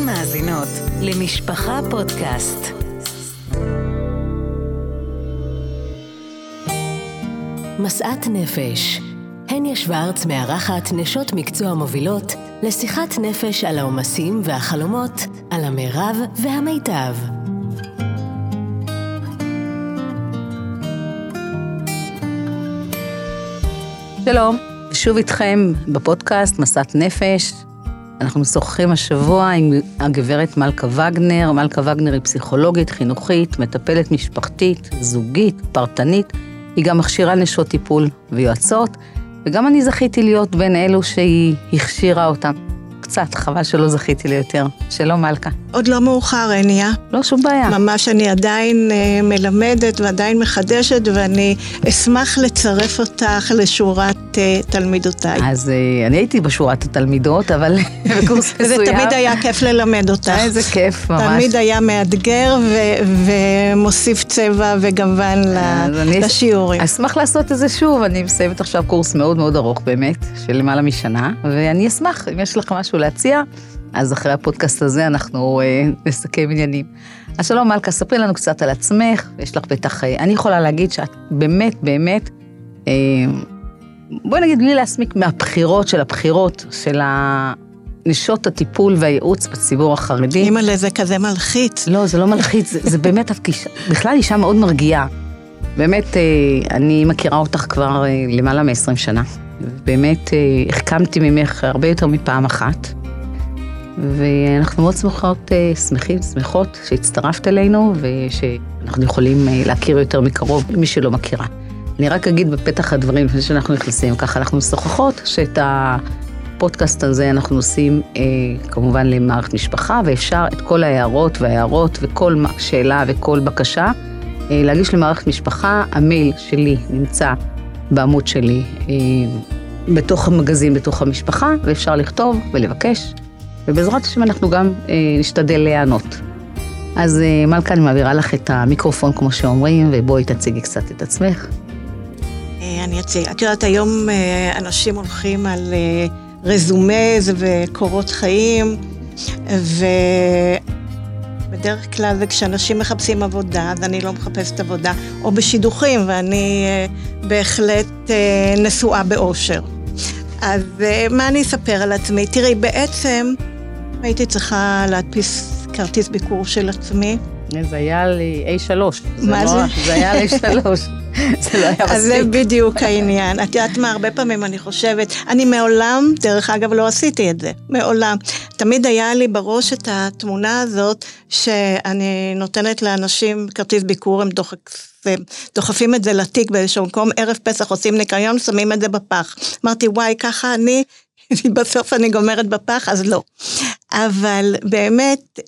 מאזינות למשפחה פודקאסט. משאת נפש. הניה שוורץ מארחת נשות מקצוע מובילות לשיחת נפש על העומסים והחלומות, על המרב והמיטב. שלום, שוב איתכם בפודקאסט משאת נפש. אנחנו משוחחים השבוע עם הגברת מלכה וגנר. מלכה וגנר היא פסיכולוגית, חינוכית, מטפלת משפחתית, זוגית, פרטנית. היא גם מכשירה נשות טיפול ויועצות, וגם אני זכיתי להיות בין אלו שהיא הכשירה אותם. קצת, חבל שלא זכיתי ליותר. שלום מלכה. עוד לא מאוחר, הניה. לא, שום בעיה. ממש אני עדיין מלמדת ועדיין מחדשת, ואני אשמח לצרף אותך לשורת תלמידותיי. אז אני הייתי בשורת התלמידות, אבל בקורס מסוים. זה תמיד היה כיף ללמד אותך. איזה כיף, ממש. תמיד היה מאתגר ומוסיף צבע וגוון לשיעורים. אשמח לעשות את זה שוב. אני מסיימת עכשיו קורס מאוד מאוד ארוך באמת, של למעלה משנה, ואני אשמח, אם יש לך משהו להציע, אז אחרי הפודקאסט הזה אנחנו נסכם עניינים. אז שלום מלכה, ספרי לנו קצת על עצמך, יש לך בטח, אני יכולה להגיד שאת באמת, בואי נגיד בלי להסמיק מהבחירות של נשות הטיפול והייעוץ בציבור החרדי. אימא'לה, זה כזה מלחיץ. לא, זה לא מלחיץ, זה באמת בכלל אישה מאוד מרגיעה. באמת, אני מכירה אותך כבר למעלה מ-20 שנה. באמת, החכמתי ממך הרבה יותר מפעם אחת. ואנחנו מאוד שמחות שהצטרפת אלינו, ושאנחנו יכולים להכיר יותר מקרוב מי שלא מכירה. אני רק אגיד בפתח הדברים, לפני שאנחנו נכנסים ככה, אנחנו משוחחות שאת הפודקאסט הזה אנחנו עושים כמובן למערכת משפחה, ואפשר את כל ההערות וכל שאלה וכל בקשה להגיש למערכת משפחה. המייל שלי נמצא בעמוד שלי בתוך המגזין, בתוך המשפחה, ואפשר לכתוב ולבקש, ובעזרת השם אנחנו גם נשתדל להיענות. אז מלכה, אני מעבירה לך את המיקרופון כמו שאומרים, ובואי תציגי קצת את עצמך. אני אציג. את יודעת, היום אנשים הולכים על רזומז וקורות חיים, ובדרך כלל זה כשאנשים מחפשים עבודה, אז אני לא מחפשת עבודה, או בשידוכים, ואני בהחלט נשואה באושר. אז מה אני אספר על עצמי? תראי, בעצם הייתי צריכה להדפיס כרטיס ביקור של עצמי. זה היה לי A3. מה זה? זה היה לי A3. זה לא היה מספיק. אז זה בדיוק העניין. את יודעת מה, הרבה פעמים אני חושבת, אני מעולם, דרך אגב לא עשיתי את זה, מעולם. תמיד היה לי בראש את התמונה הזאת, שאני נותנת לאנשים כרטיס ביקור, הם דוחפים את זה לתיק באיזשהו מקום, ערב פסח עושים ניקיון, שמים את זה בפח. אמרתי, וואי, ככה בסוף אני גומרת בפח, אז לא. אבל באמת,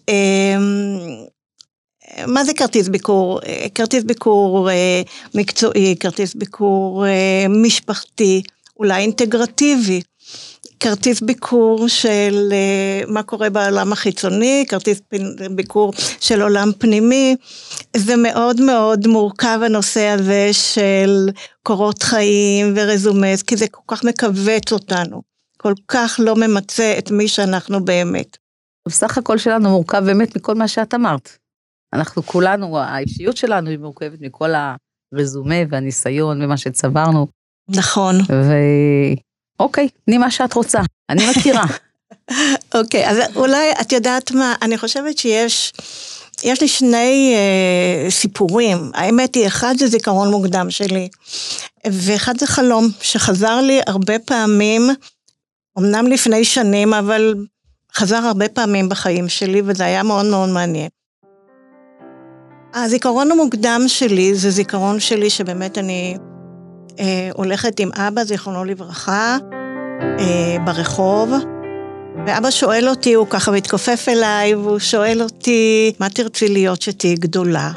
מה זה כרטיס ביקור? כרטיס ביקור מקצועי, כרטיס ביקור משפחתי, אולי אינטגרטיבי, כרטיס ביקור של מה קורה בעולם החיצוני, כרטיס ביקור של עולם פנימי. זה מאוד מאוד מורכב הנושא הזה של קורות חיים ורזומז, כי זה כל כך מקווץ אותנו, כל כך לא ממצא את מי שאנחנו באמת. בסך הכל שלנו מורכב באמת מכל מה שאת אמרת. אנחנו כולנו, האישיות שלנו היא מורכבת מכל הרזומה והניסיון ומה שצברנו. נכון. אוקיי, תני מה שאת רוצה, אני מכירה. אוקיי, אז אולי את יודעת מה, אני חושבת יש לי שני סיפורים. האמת היא, אחד זה זיכרון מוקדם שלי, ואחד זה חלום שחזר לי הרבה פעמים, אמנם לפני שנים, אבל חזר הרבה פעמים בחיים שלי, וזה היה מאוד מאוד מעניין. הזיכרון המוקדם שלי זה זיכרון שלי שבאמת אני הולכת עם אבא, זיכרונו לברכה, ברחוב, ואבא שואל אותי, הוא ככה מתכופף אליי, והוא שואל אותי, מה תרצי להיות שתהי גדולה?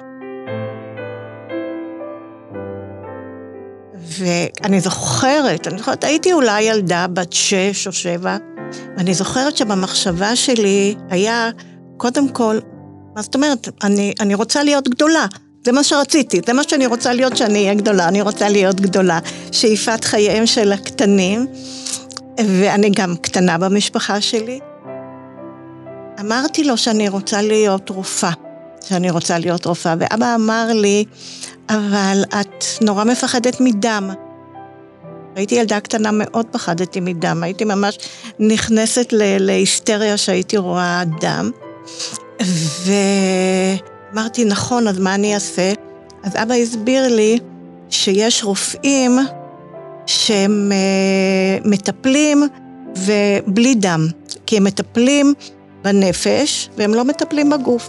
ואני זוכרת, הייתי אולי ילדה בת 6 או 7, ואני זוכרת שבמחשבה שלי היה, קודם כל, מה זאת אומרת, אני רוצה להיות גדולה, זה מה שרציתי, זה מה שאני רוצה להיות שאני אהיה גדולה, אני רוצה להיות גדולה, שאיפת חייהם של הקטנים, ואני גם קטנה במשפחה שלי, אמרתי לו שאני רוצה להיות רופאה, ואבא אמר לי, אבל את נורא מפחדת מדם. הייתי ילדה קטנה, מאוד פחדתי מדם, הייתי ממש נכנסת להיסטריה שהייתי רואה דם, ואמרתי, נכון, אז מה אני אעשה? אז אבא הסביר לי שיש רופאים שהם מטפלים ובלי דם, כי הם מטפלים בנפש והם לא מטפלים בגוף.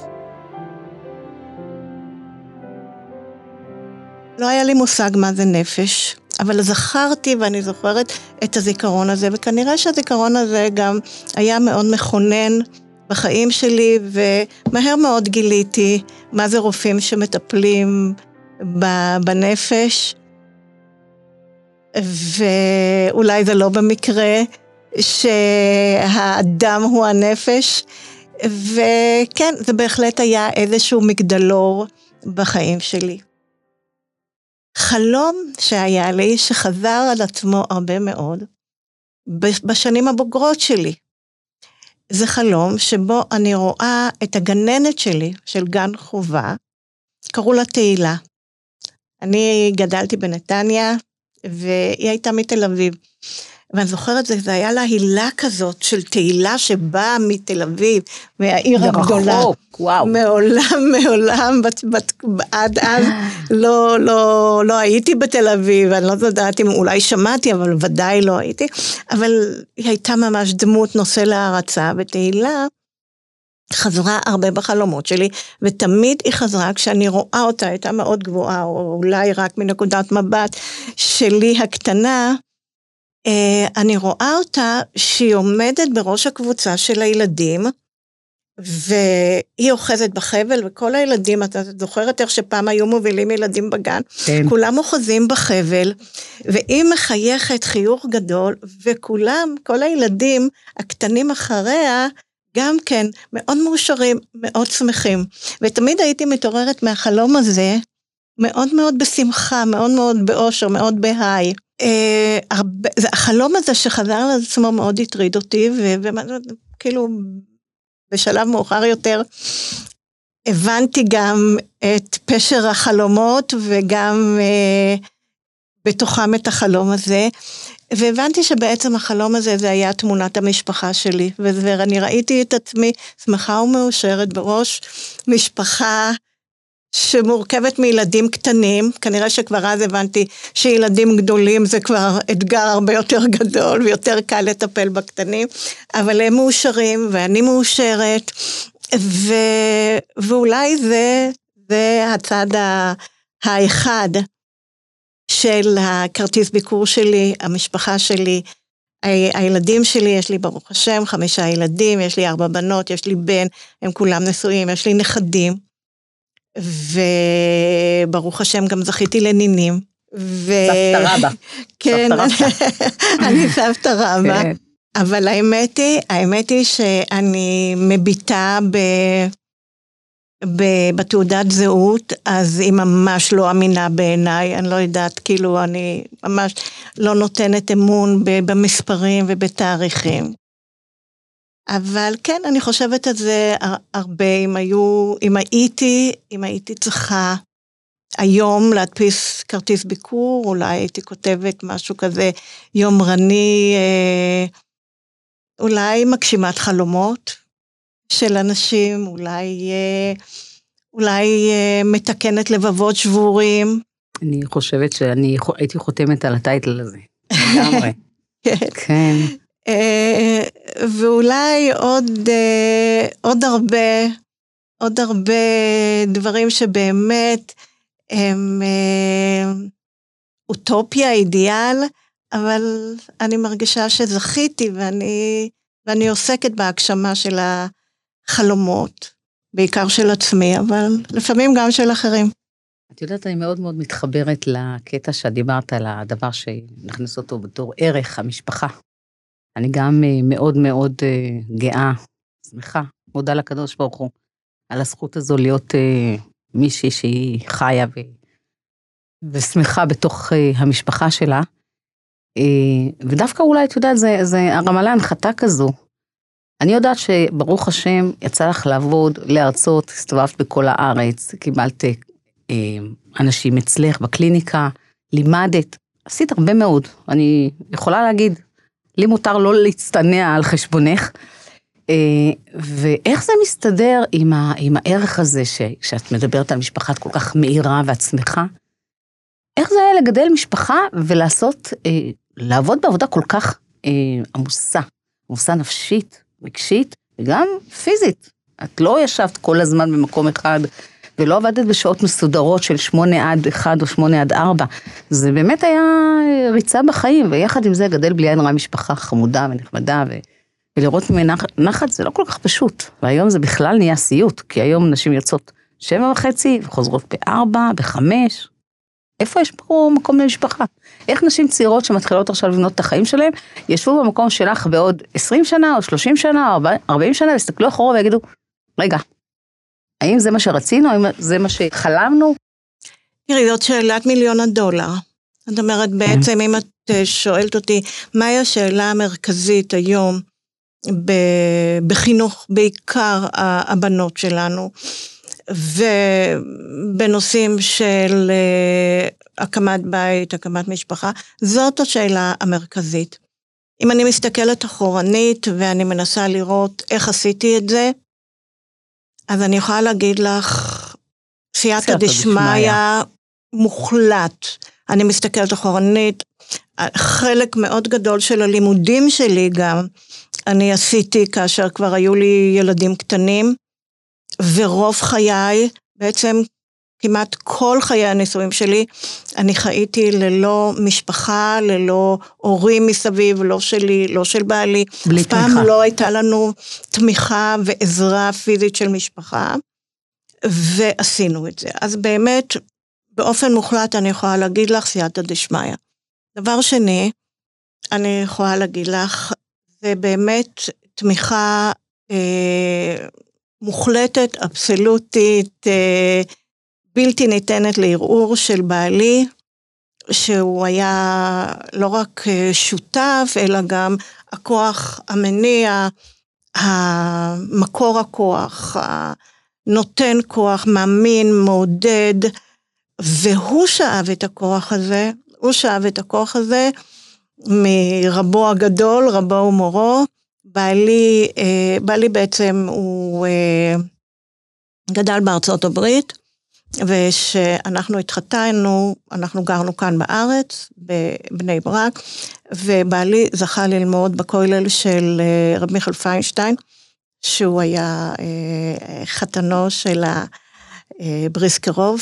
לא היה לי מושג מה זה נפש, אבל זכרתי ואני זוכרת את הזיכרון הזה, וכנראה שהזיכרון הזה גם היה מאוד מכונן בחיים שלי, ומהר מאוד גיליתי מה זה רופאים שמטפלים בנפש, ואולי זה לא במקרה שהאדם הוא הנפש, וכן, זה בהחלט היה איזשהו מגדלור בחיים שלי. חלום שהיה לי, שחזר על עצמו הרבה מאוד, בשנים הבוגרות שלי. זה חלום שבו אני רואה את הגננת שלי, של גן חובה, קראו לה תהילה. אני גדלתי בנתניה, והיא הייתה מתל אביב. ואני זוכרת, זה היה לה הילה כזאת של תהילה שבאה מתל אביב, מהעיר הגדולה. וואו. מעולם, עד אז לא הייתי בתל אביב, אני לא יודעת אם אולי שמעתי, אבל ודאי לא הייתי, אבל היא הייתה ממש דמות נושא להערצה, ותהילה חזרה הרבה בחלומות שלי, ותמיד היא חזרה כשאני רואה אותה, הייתה מאוד גבוהה, או אולי רק מנקודת מבט שלי הקטנה, אני רואה אותה שהיא עומדת בראש הקבוצה של הילדים, והיא אוחזת בחבל, וכל הילדים, אתה זוכרת איך שפעם היו מובילים ילדים בגן, כן. כולם אוחזים בחבל, והיא מחייכת חיוך גדול, וכולם, כל הילדים הקטנים אחריה, גם כן מאוד מאושרים, מאוד שמחים, ותמיד הייתי מתעוררת מהחלום הזה, מאוד מאוד בשמחה, מאוד מאוד באושר, מאוד בהיי. החלום הזה שחזר על עצמו מאוד הטריד אותי, וכאילו בשלב מאוחר יותר הבנתי גם את פשר החלומות, וגם בתוכם את החלום הזה, והבנתי שבעצם החלום הזה זה היה תמונת המשפחה שלי, ואני ראיתי את עצמי שמחה ומאושרת בראש משפחה, שמורכבת מילדים קטנים, כנראה שכבר אז הבנתי שילדים גדולים זה כבר אתגר הרבה יותר גדול, ויותר קל לטפל בקטנים, אבל הם מאושרים ואני מאושרת, ואולי זה הצד האחד של הכרטיס ביקור שלי, המשפחה שלי, הילדים שלי, יש לי ברוך השם 5 ילדים, יש לי 4 בנות, יש לי בן, הם כולם נשואים, יש לי נכדים, וברוך השם גם זכיתי לנינים. סבתא רבא. כן, אני סבתא רבא. אבל האמת היא שאני מביטה בתעודת זהות, אז היא ממש לא אמינה בעיניי, אני לא יודעת, כאילו אני ממש לא נותנת אמון במספרים ובתאריכים. אבל כן, אני חושבת על זה הרבה, אם הייתי צריכה היום להדפיס כרטיס ביקור, אולי הייתי כותבת משהו כזה יומרני, אולי מגשימת חלומות של אנשים, אולי מתקנת לבבות שבורים. אני חושבת שאני הייתי חותמת על הטייטל הזה, לגמרי. כן. ואולי עוד הרבה דברים שבאמת הם אוטופיה, אידיאל, אבל אני מרגישה שזכיתי ואני עוסקת בהגשמה של החלומות, בעיקר של עצמי, אבל לפעמים גם של אחרים. את יודעת, אני מאוד מאוד מתחברת לקטע שדיברת על הדבר שנכנס אותו בתור ערך, המשפחה. אני גם מאוד מאוד גאה, שמחה, מודה לקדוש ברוך הוא, על הזכות הזו להיות מישהי שהיא חיה ושמחה בתוך המשפחה שלה, ודווקא אולי, את יודעת, זה הרמה להנחתה כזו, אני יודעת שברוך השם יצא לך לעבוד, לארצות, הסתובבת בכל הארץ, קיבלת אנשים אצלך בקליניקה, לימדת, עשית הרבה מאוד. אני יכולה להגיד, לי מותר לא להצטנע על חשבונך, ואיך זה מסתדר עם הערך הזה, שאת מדברת על משפחה כל כך מהירה ועצמך, איך זה היה לגדל משפחה ולעשות, לעבוד בעבודה כל כך עמוסה נפשית, רגשית, וגם פיזית. את לא ישבת כל הזמן במקום אחד, ולא עבדת בשעות מסודרות של 8-1 או 8-4. זה באמת היה ריצה בחיים, ויחד עם זה גדל בלי עין רע משפחה חמודה ונחמדה, ולראות ממנה נחת זה לא כל כך פשוט. והיום זה בכלל נהיה סיוט, כי היום נשים יוצאות 7:30, וחוזרות ב4, ב5. איפה יש פה מקום למשפחה? איך נשים צעירות שמתחילות עכשיו לבנות את החיים שלהם, ישבו במקום שלך בעוד 20 שנה, או 30 שנה, או 40 שנה, והסתכלו אחורה ויגידו, רגע, האם זה מה שרצינו, האם זה מה שחלמנו? תראי, זאת שאלת $1,000,000. זאת אומרת, בעצם אם את שואלת אותי, מהי השאלה המרכזית היום בחינוך, בעיקר הבנות שלנו, ובנושאים של הקמת בית, הקמת משפחה, זאת השאלה המרכזית. אם אני מסתכלת אחורנית ואני מנסה לראות איך עשיתי את זה, אז אני יכולה להגיד לך, סייעתא דשמיא מוחלט. אני מסתכלת אחורנית, חלק מאוד גדול של הלימודים שלי גם, אני עשיתי כאשר כבר היו לי ילדים קטנים, ורוב חיי, בעצם כמעט כל חיי הנישואים שלי, אני חייתי ללא משפחה, ללא הורים מסביב, לא שלי, לא של בעלי. בלי תמיכה. פעם לא הייתה לנו תמיכה ועזרה פיזית של משפחה, ועשינו את זה. אז באמת, באופן מוחלט אני יכולה להגיד לך, סייעתא דשמיא. דבר שני, אני יכולה להגיד לך, זה באמת תמיכה מוחלטת, אבסולוטית, בלתי ניתנת לערעור של בעלי, שהוא היה לא רק שותף, אלא גם הכוח המניע, המקור הכוח, נותן כוח, מאמין, מעודד, והוא שאב את הכוח הזה, מרבו הגדול, רבו ומורו. בעלי בעצם הוא גדל בארצות הברית, ושאנחנו התחתנו, אנחנו גרנו כאן בארץ, בבני ברק, ובעלי זכה ללמוד בכולל של רב מיכאל פיינשטיין, שהוא היה חתנו של הבריסקרוב,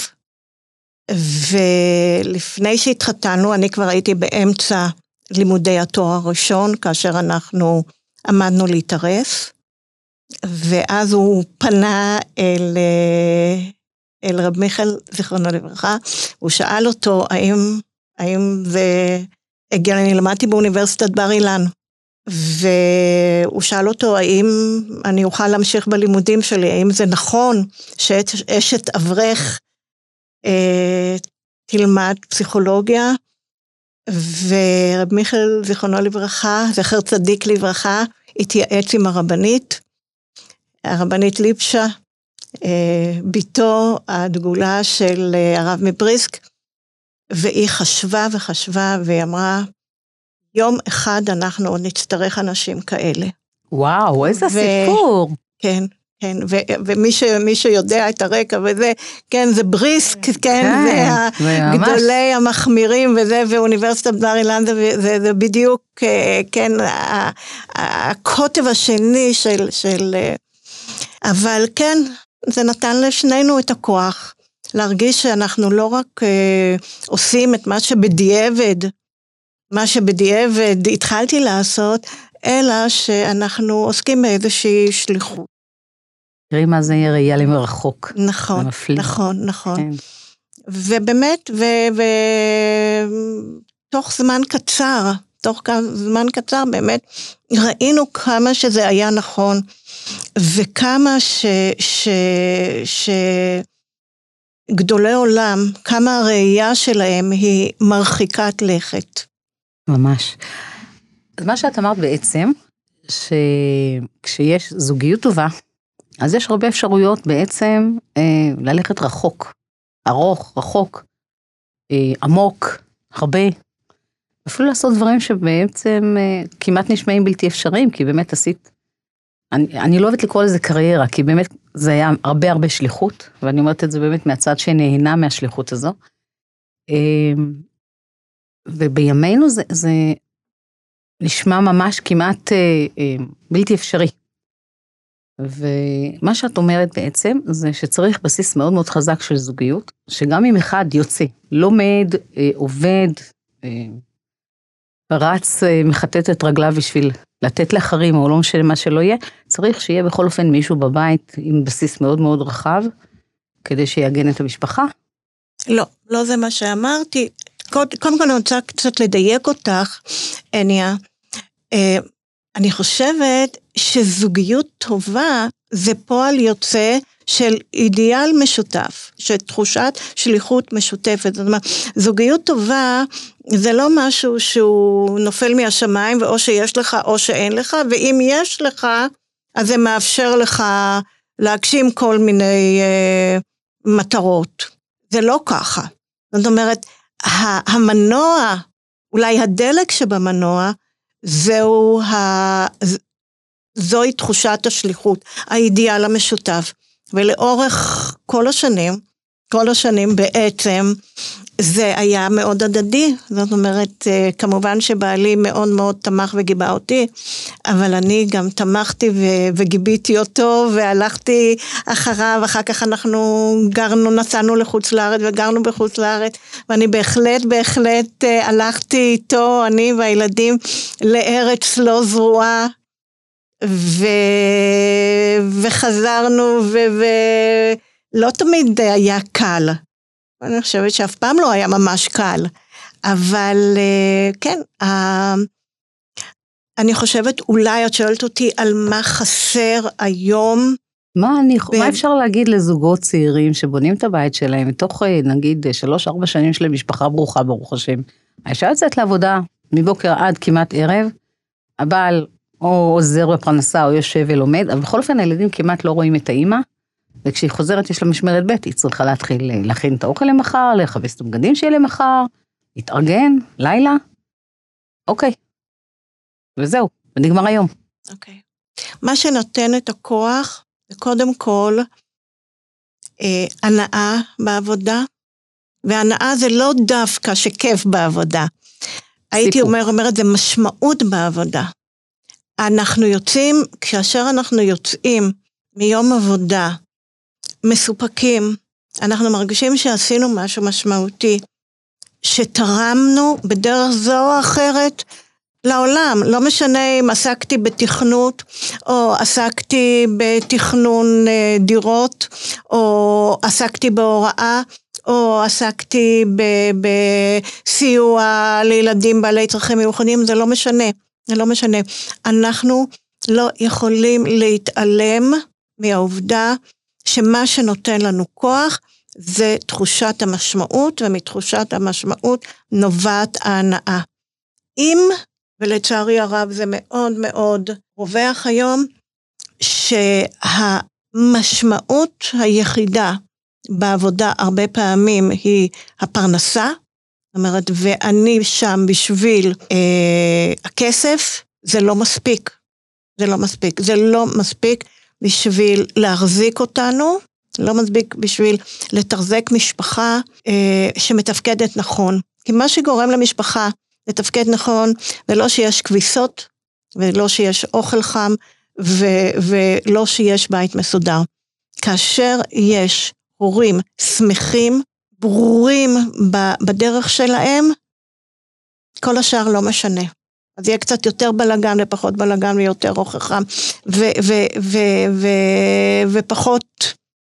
ולפני שהתחתנו, אני כבר הייתי באמצע לימודי התואר הראשון, כאשר אנחנו עמדנו להתארס, ואז הוא פנה אל רב מיכאל, זיכרונו לברכה, הוא שאל אותו, האם זה הגיע, אני למדתי באוניברסיטת בר אילן, והוא שאל אותו, האם אני אוכל להמשיך בלימודים שלי, האם זה נכון שאשת אברך תלמד פסיכולוגיה, ורב מיכאל, זיכרונו לברכה, זכר צדיק לברכה, התייעץ עם הרבנית ליפשה, ביתו הדגולה של הרב מבריסק, והיא חשבה והיא אמרה, יום אחד אנחנו עוד נצטרך אנשים כאלה. וואו, איזה סיפור. כן, ומי שיודע את הרקע וזה, כן, זה בריסק, כן, זה הגדולי המחמירים וזה, ואוניברסיטת בר אילן, זה בדיוק, כן, הקוטב השני של, אבל כן, זה נתן לשנינו את הכוח, להרגיש שאנחנו לא רק עושים את מה שבדיעבד התחלתי לעשות, אלא שאנחנו עוסקים באיזושהי שליחות. תראי מה זה ראייה למרחוק. נכון. כן. ובאמת, תוך זמן קצר באמת, ראינו כמה שזה היה נכון, וכמה גדולי עולם, כמה הראייה שלהם היא מרחיקת לכת. ממש. אז מה שאת אמרת בעצם, שכשיש זוגיות טובה, אז יש הרבה אפשרויות בעצם ללכת רחוק, ארוך, רחוק, עמוק, הרבה, אפילו לעשות דברים שבעצם כמעט נשמעים בלתי אפשריים, כי באמת עשית, אני לא אוהבת לקרוא לזה קריירה, כי באמת זה היה הרבה שליחות, ואני אומרת את זה באמת מהצד שנהנה מהשליחות הזו, ובימינו זה נשמע ממש כמעט בלתי אפשרי. ומה שאת אומרת בעצם, זה שצריך בסיס מאוד מאוד חזק של זוגיות, שגם אם אחד יוצא, לומד, עובד, רץ, מחטט את רגליו בשביל לתת לאחרים, או לא משנה מה שלא יהיה, צריך שיהיה בכל אופן מישהו בבית, עם בסיס מאוד מאוד רחב, כדי שיגן את המשפחה. לא זה מה שאמרתי. קודם כל אני רוצה קצת לדייק אותך, אניה. אני חושבת שזוגיות טובה זה פועל יוצא של אידיאל משותף, של תחושת שליחות משותפת. זאת אומרת, זוגיות טובה זה לא משהו שהוא נופל מהשמיים, ואו שיש לך או שאין לך, ואם יש לך, אז זה מאפשר לך להגשים כל מיני מטרות. זה לא ככה. זאת אומרת, המנוע, אולי הדלק שבמנוע, זוהי תחושת השליחות, האידיאל המשותף. ולאורך כל השנים בעצם, זה היה מאוד הדדי. זאת אומרת, כמובן שבעלי מאוד מאוד תמך וגיבה אותי, אבל אני גם תמכתי וגיביתי אותו, והלכתי אחריו. אחר כך אנחנו נסענו לחוץ לארץ וגרנו בחוץ לארץ, ואני בהחלט הלכתי איתו, אני והילדים, לארץ לא זרועה, וחזרנו, ולא תמיד היה קל. אני חושבת שאף פעם לא היה ממש קל, אבל כן, אני חושבת, אולי את שואלת אותי על מה חסר היום. מה אפשר להגיד לזוגות צעירים שבונים את הבית שלהם, מתוך נגיד 3-4 שנים של משפחה ברוכה, ברוך השם. האישה יוצאת לעבודה מבוקר עד כמעט ערב, הבעל או עוזר בפרנסה או יושב ולומד, אבל בכל אופן הילדים כמעט לא רואים את האמא, וכשהיא חוזרת יש לה משמרת ב', היא צריכה להתחיל להכין את האוכל למחר, לחפש את הבגדים שיהיה למחר, להתארגן, לילה, אוקיי. וזהו, ונגמר היום. אוקיי. מה שנותן את הכוח, זה קודם כל, הנאה בעבודה, והנאה זה לא דווקא שכיף בעבודה. הייתי אומרת, זה משמעות בעבודה. אנחנו יוצאים, כאשר אנחנו יוצאים מיום עבודה, מסופקים, אנחנו מרגישים שעשינו משהו משמעותי, שתרמנו בדרך זו או אחרת לעולם. לא משנה אם עסקתי בתכנות, או עסקתי בתכנון דירות, או עסקתי בהוראה, או עסקתי בסיוע לילדים בעלי צרכים מיוחדים, זה לא משנה. זה לא משנה. אנחנו לא יכולים להתעלם מהעובדה שמה שנותן לנו כוח זה תחושת המשמעות, ומתחושת המשמעות נובעת ההנאה. ולצערי הרב זה מאוד מאוד רווח היום, שהמשמעות היחידה בעבודה הרבה פעמים היא הפרנסה, זאת אומרת, ואני שם בשביל הכסף, זה לא מספיק. זה לא מספיק בשביל להחזיק אותנו, לא מספיק בשביל לתחזק משפחה שמתפקדת נכון. כי מה שגורם למשפחה לתפקד נכון, ולא שיש כביסות, ולא שיש אוכל חם, ולא שיש בית מסודר. כאשר יש הורים שמחים, ברורים בדרך שלהם, כל השאר לא משנה. אז יהיה קצת יותר בלגן ופחות בלגן ויותר אוכל חם, ופחות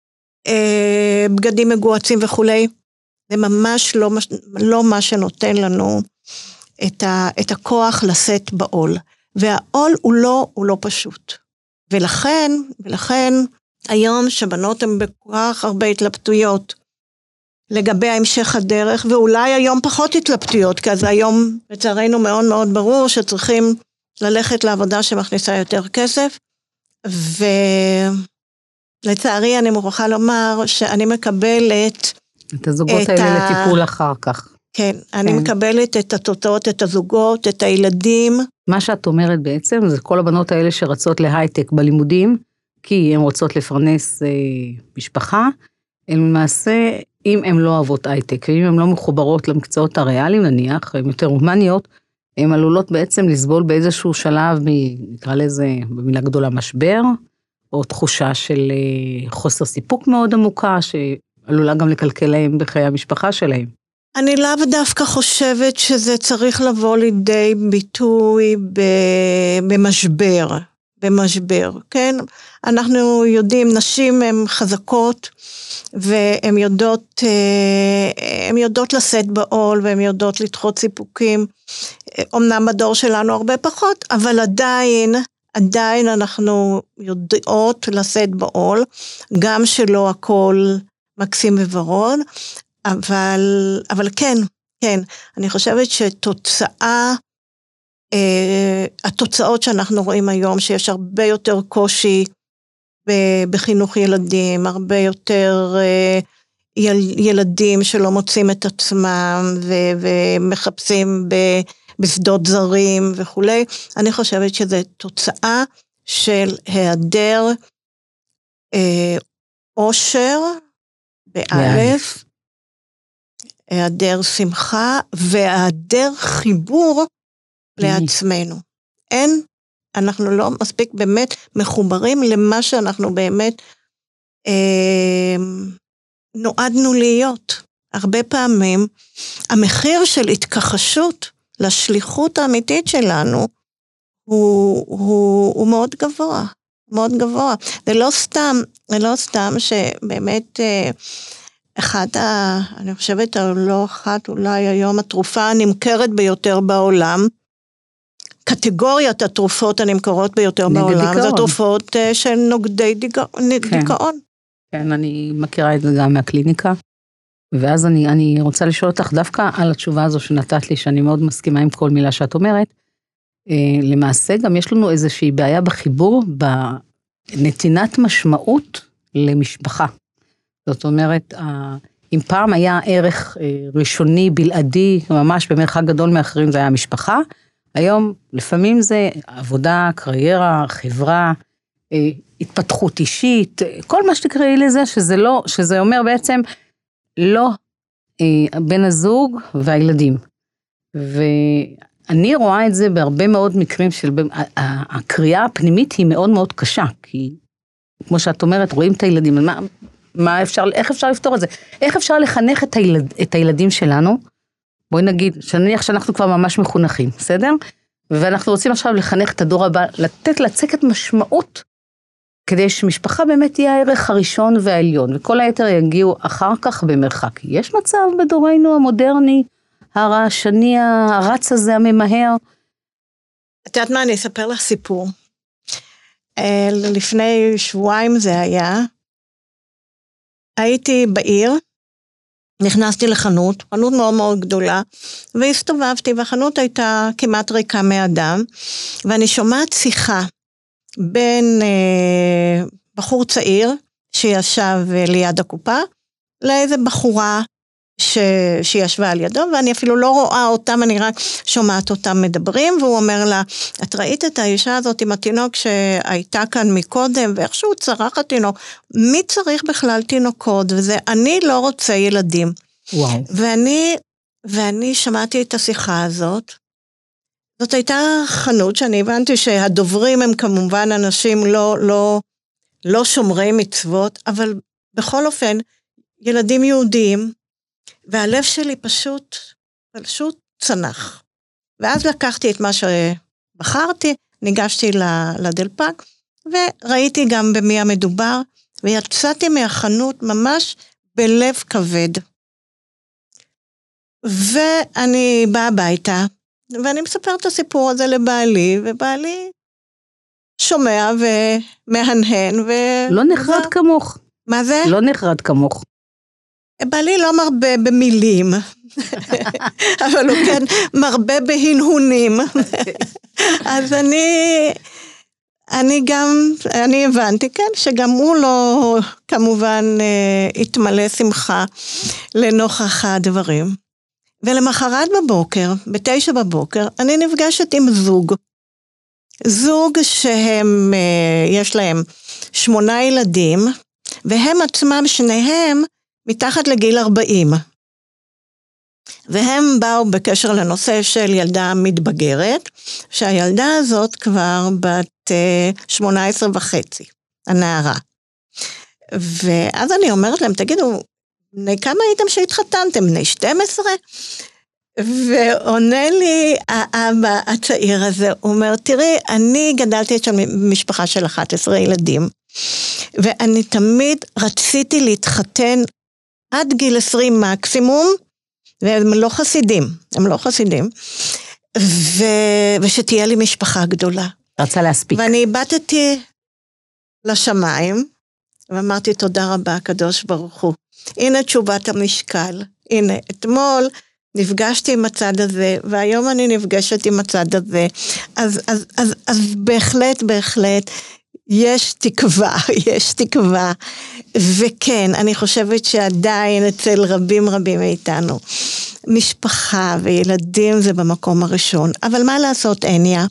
בגדים מגועצים וכולי. זה ממש לא מה שנותן לנו את הכוח לשאת בעול. והעול הוא לא פשוט. ולכן היום שבנות הן בכוח הרבה התלבטויות, לגבי המשך הדרך, ואולי היום פחות התלבטויות, כי אז היום לצערנו מאוד מאוד ברור שצריכים ללכת לעבודה שמכניסה יותר כסף, ולצערי אני מוכרחה לומר שאני מקבלת את הזוגות האלה לטיפול אחר כך. כן, אני מקבלת את התוצאות, את הזוגות, את הילדים. מה שאת אומרת בעצם, זה כל הבנות האלה שרצות להייטק בלימודים, כי הן רוצות לפרנס משפחה, הן למעשה, אם הן לא אוהבות הייטק, ואם הן לא מחוברות למקצועות הריאליים, נניח, הן יותר הומניות, הן עלולות בעצם לסבול באיזשהו שלב, נקרא לזה במילה גדולה משבר, או תחושה של חוסר סיפוק מאוד עמוקה, שעלולה גם לקלקל להם בחיי המשפחה שלהם. אני לאו דווקא חושבת שזה צריך לבוא לידי ביטוי במשבר, כן? אנחנו יודעים, נשים הן חזקות, והן יודעות לשאת בעול, והן יודעות לדחות סיפוקים, אמנם בדור שלנו הרבה פחות, אבל עדיין אנחנו יודעות לשאת בעול, גם שלא הכל מקסים וורוד, אבל כן, אני חושבת התוצאות שאנחנו רואים היום, שיש הרבה יותר קושי בחינוך ילדים, הרבה יותר ילדים שלא מוצאים את עצמם, ומחפשים בשדות זרים וכולי, אני חושבת שזה תוצאה של היעדר אושר, באלף, היעדר שמחה, והיעדר חיבור לעצמנו. אנחנו לא מספיק באמת מחוברים למה שאנחנו באמת נועדנו להיות. הרבה פעמים, המחיר של התכחשות לשליחות האמיתית שלנו, הוא מאוד גבוה, מאוד גבוה. זה לא סתם שבאמת אני חושבת, לא אחת, אולי היום התרופה הנמכרת ביותר בעולם, קטגוריית התרופות הנמכרות ביותר בעולם, זה תרופות של נוגדי דיכאון. כן, אני מכירה את זה גם מהקליניקה, ואז אני רוצה לשאול אותך דווקא על התשובה הזו שנתת לי, שאני מאוד מסכימה עם כל מילה שאת אומרת, למעשה גם יש לנו איזושהי בעיה בחיבור, בנתינת משמעות למשפחה. זאת אומרת, אם פעם היה ערך ראשוני, בלעדי, ממש במרחק גדול מאחרים, זה היה המשפחה, היום לפעמים זה עבודה, קריירה, חברה, התפתחות אישית, כל מה שתקראי לזה, שזה אומר בעצם לא בן הזוג והילדים. ואני רואה את זה בהרבה מאוד מקרים הקריאה הפנימית היא מאוד מאוד קשה, כי כמו שאת אומרת, רואים את הילדים, איך אפשר לפתור את זה? איך אפשר לחנך את הילדים שלנו? בואי נגיד, שנניח שאנחנו כבר ממש מחונכים, בסדר? ואנחנו רוצים עכשיו לחנך את הדור הבא, לצקת משמעות, כדי שמשפחה באמת תהיה הערך הראשון והעליון, וכל היתר יגיעו אחר כך במרחק. יש מצב בדורנו המודרני, הרעשני, הרץ הזה, הממהר? את יודעת מה, אני אספר לך סיפור. לפני שבועיים זה היה, הייתי בעיר, נכנסתי לחנות מאוד מאוד גדולה, והסתובבתי, והחנות הייתה כמעט ריקה מאדם, ואני שומעת שיחה בין בחור צעיר, שישב ליד הקופה, לאיזה בחורה שישבה על ידו, ואני אפילו לא רואה אותם, אני רק שומעת אותם מדברים, והוא אומר לה, את ראית את האישה הזאת עם התינוק שהייתה כאן מקודם, ואיכשהו צרח התינוק, מי צריך בכלל תינוקות, וזה, אני לא רוצה ילדים. וואו. ואני שמעתי את השיחה הזאת, זאת הייתה חנות שאני הבנתי שהדוברים הם כמובן אנשים לא שומרי מצוות, אבל בכל אופן, ילדים יהודיים, והלב שלי פשוט צנח. ואז לקחתי את מה שבחרתי, ניגשתי לדלפק, וראיתי גם במי המדובר, ויצאתי מהחנות ממש בלב כבד. ואני באה הביתה, ואני מספר את הסיפור הזה לבעלי, ובעלי שומע ומהנהן. לא נחרד כמוך. מה זה? לא נחרד כמוך. בא לי לא מרבה במילים, אבל הוא כן מרבה בהנהונים. אז אני הבנתי, כן, שגם הוא לא, כמובן, התמלא שמחה לנוכח הדברים. ולמחרת בבוקר, 9 בבוקר, אני נפגשת עם זוג שהם, יש להם 8 ילדים, והם עצמם שניהם מתחת לגיל 40. והם באו בקשר לנושא של ילדה מתבגרת, שהילדה הזאת כבר בת 18 וחצי, הנערה. ואז אני אומרת להם, תגידו, בני כמה הייתם שהתחתנתם? בני 12? ועונה לי האבא הצעיר הזה, הוא אומר, תראי, אני גדלתי את משפחה של 11 ילדים, ואני תמיד רציתי להתחתן עד גיל 20 מקסימום, והם לא חסידים, ושתהיה לי משפחה גדולה. רצה להספיק. ואני הבטתי לשמיים, ואמרתי תודה רבה, הקדוש ברוך הוא. הנה תשובת המשקל, הנה אתמול נפגשתי עם הצד הזה, והיום אני נפגשת עם הצד הזה, אז בהחלט, יש תקווה, וכן, אני חושבת שעדיין אצל רבים מאיתנו, משפחה וילדים זה במקום הראשון, אבל מה לעשות, אניה?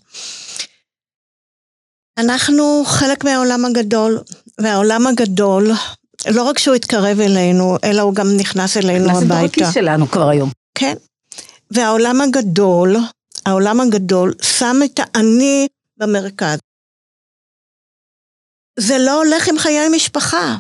אנחנו חלק מהעולם הגדול, והעולם הגדול, לא רק שהוא התקרב אלינו, אלא הוא גם נכנס אלינו הביתה. נכנס בכיס שלנו כבר היום. כן, והעולם הגדול שם את האני במרכז. זה לא הולך עם חיי משפחה.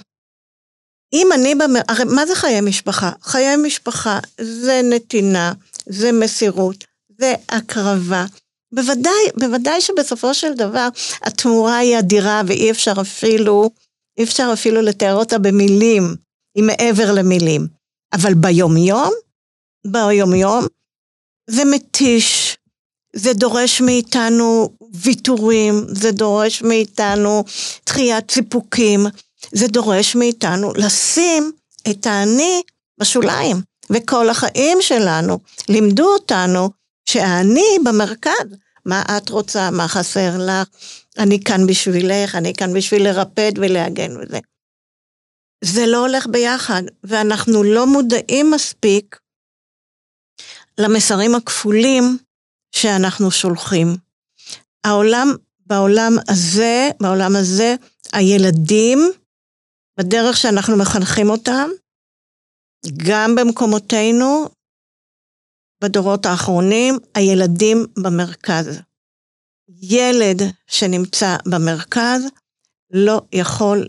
הרי מה זה חיי משפחה? חיי משפחה זה נתינה, זה מסירות, זה הקרבה. בוודאי שבסופו של דבר התמורה היא אדירה ואי אפשר אפילו לתאר אותה במילים, היא מעבר למילים. אבל ביום-יום זה מתיש, זה דורש מאיתנו ויתורים, זה דורש מאיתנו דחיית סיפוקים, זה דורש מאיתנו לשים את האני בשוליים. וכל החיים שלנו לימדו אותנו שהאני במרכז. מה את רוצה, מה חסר לך, אני כאן בשבילך, אני כאן בשביל לרפד ולהגן וזה. זה לא הולך ביחד, ואנחנו לא מודעים מספיק למסרים הכפולים שאנחנו שולחים. בעולם הזה, הילדים, בדרך שאנחנו מחנכים אותם, גם במקומותינו, בדורות האחרונים, הילדים במרכז. ילד שנמצא במרכז, לא יכול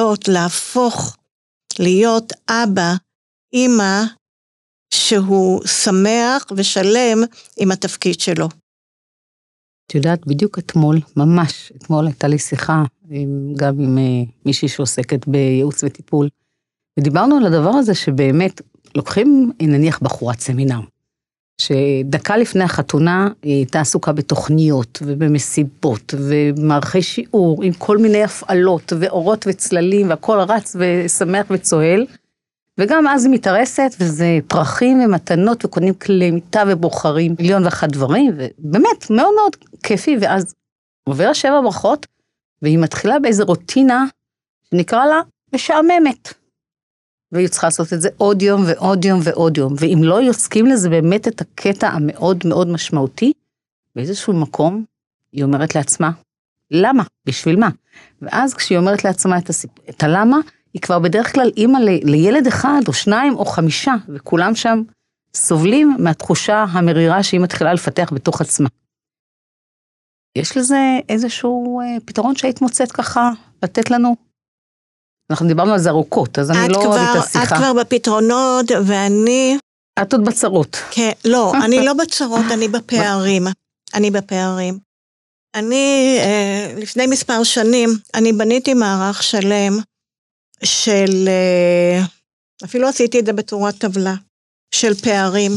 להיות אבא, אמא, שהוא שמח ושלם עם התפקיד שלו. את יודעת, בדיוק אתמול הייתה לי שיחה, גם עם מישהי שעוסקת בייעוץ וטיפול, ודיברנו על הדבר הזה שבאמת לוקחים, נניח בחורת סמינר, שדקה לפני החתונה היא הייתה עסוקה בתוכניות ובמסיבות ומערכי שיעור עם כל מיני הפעלות ואורות וצללים והכל רץ ושמח וצוהל, וגם אז היא מתארסת וזה פרחים ומתנות וקונים כלי מיטה ובוחרים 1,001 דברים, ובאמת מאוד מאוד כיפי, ואז עובר 7 ברכות והיא מתחילה באיזו רוטינה שנקרא לה משעממת. והיא צריכה לעשות את זה עוד יום ועוד יום ועוד יום, ואם לא יוצקים לזה באמת את הקטע המאוד מאוד משמעותי, באיזשהו מקום היא אומרת לעצמה, למה? בשביל מה? ואז כשהיא אומרת לעצמה את הלמה, היא כבר בדרך כלל אימא לילד 1 או 2 או 5, וכולם שם סובלים מהתחושה המרירה שהיא מתחילה לפתח בתוך עצמה. יש לזה איזשהו פתרון שהיית מוצאת ככה לתת לנו? אנחנו דיברנו על זה ארוכות, אז אני לא אוהבת את השיחה. את כבר בפתרונות, ואני... את עוד בצרות. כן, לא, אני לא בצרות, אני בפערים. אני, לפני מספר שנים, אני בניתי מערך שלם של, אפילו עשיתי את זה בצורת טבלה, של פערים,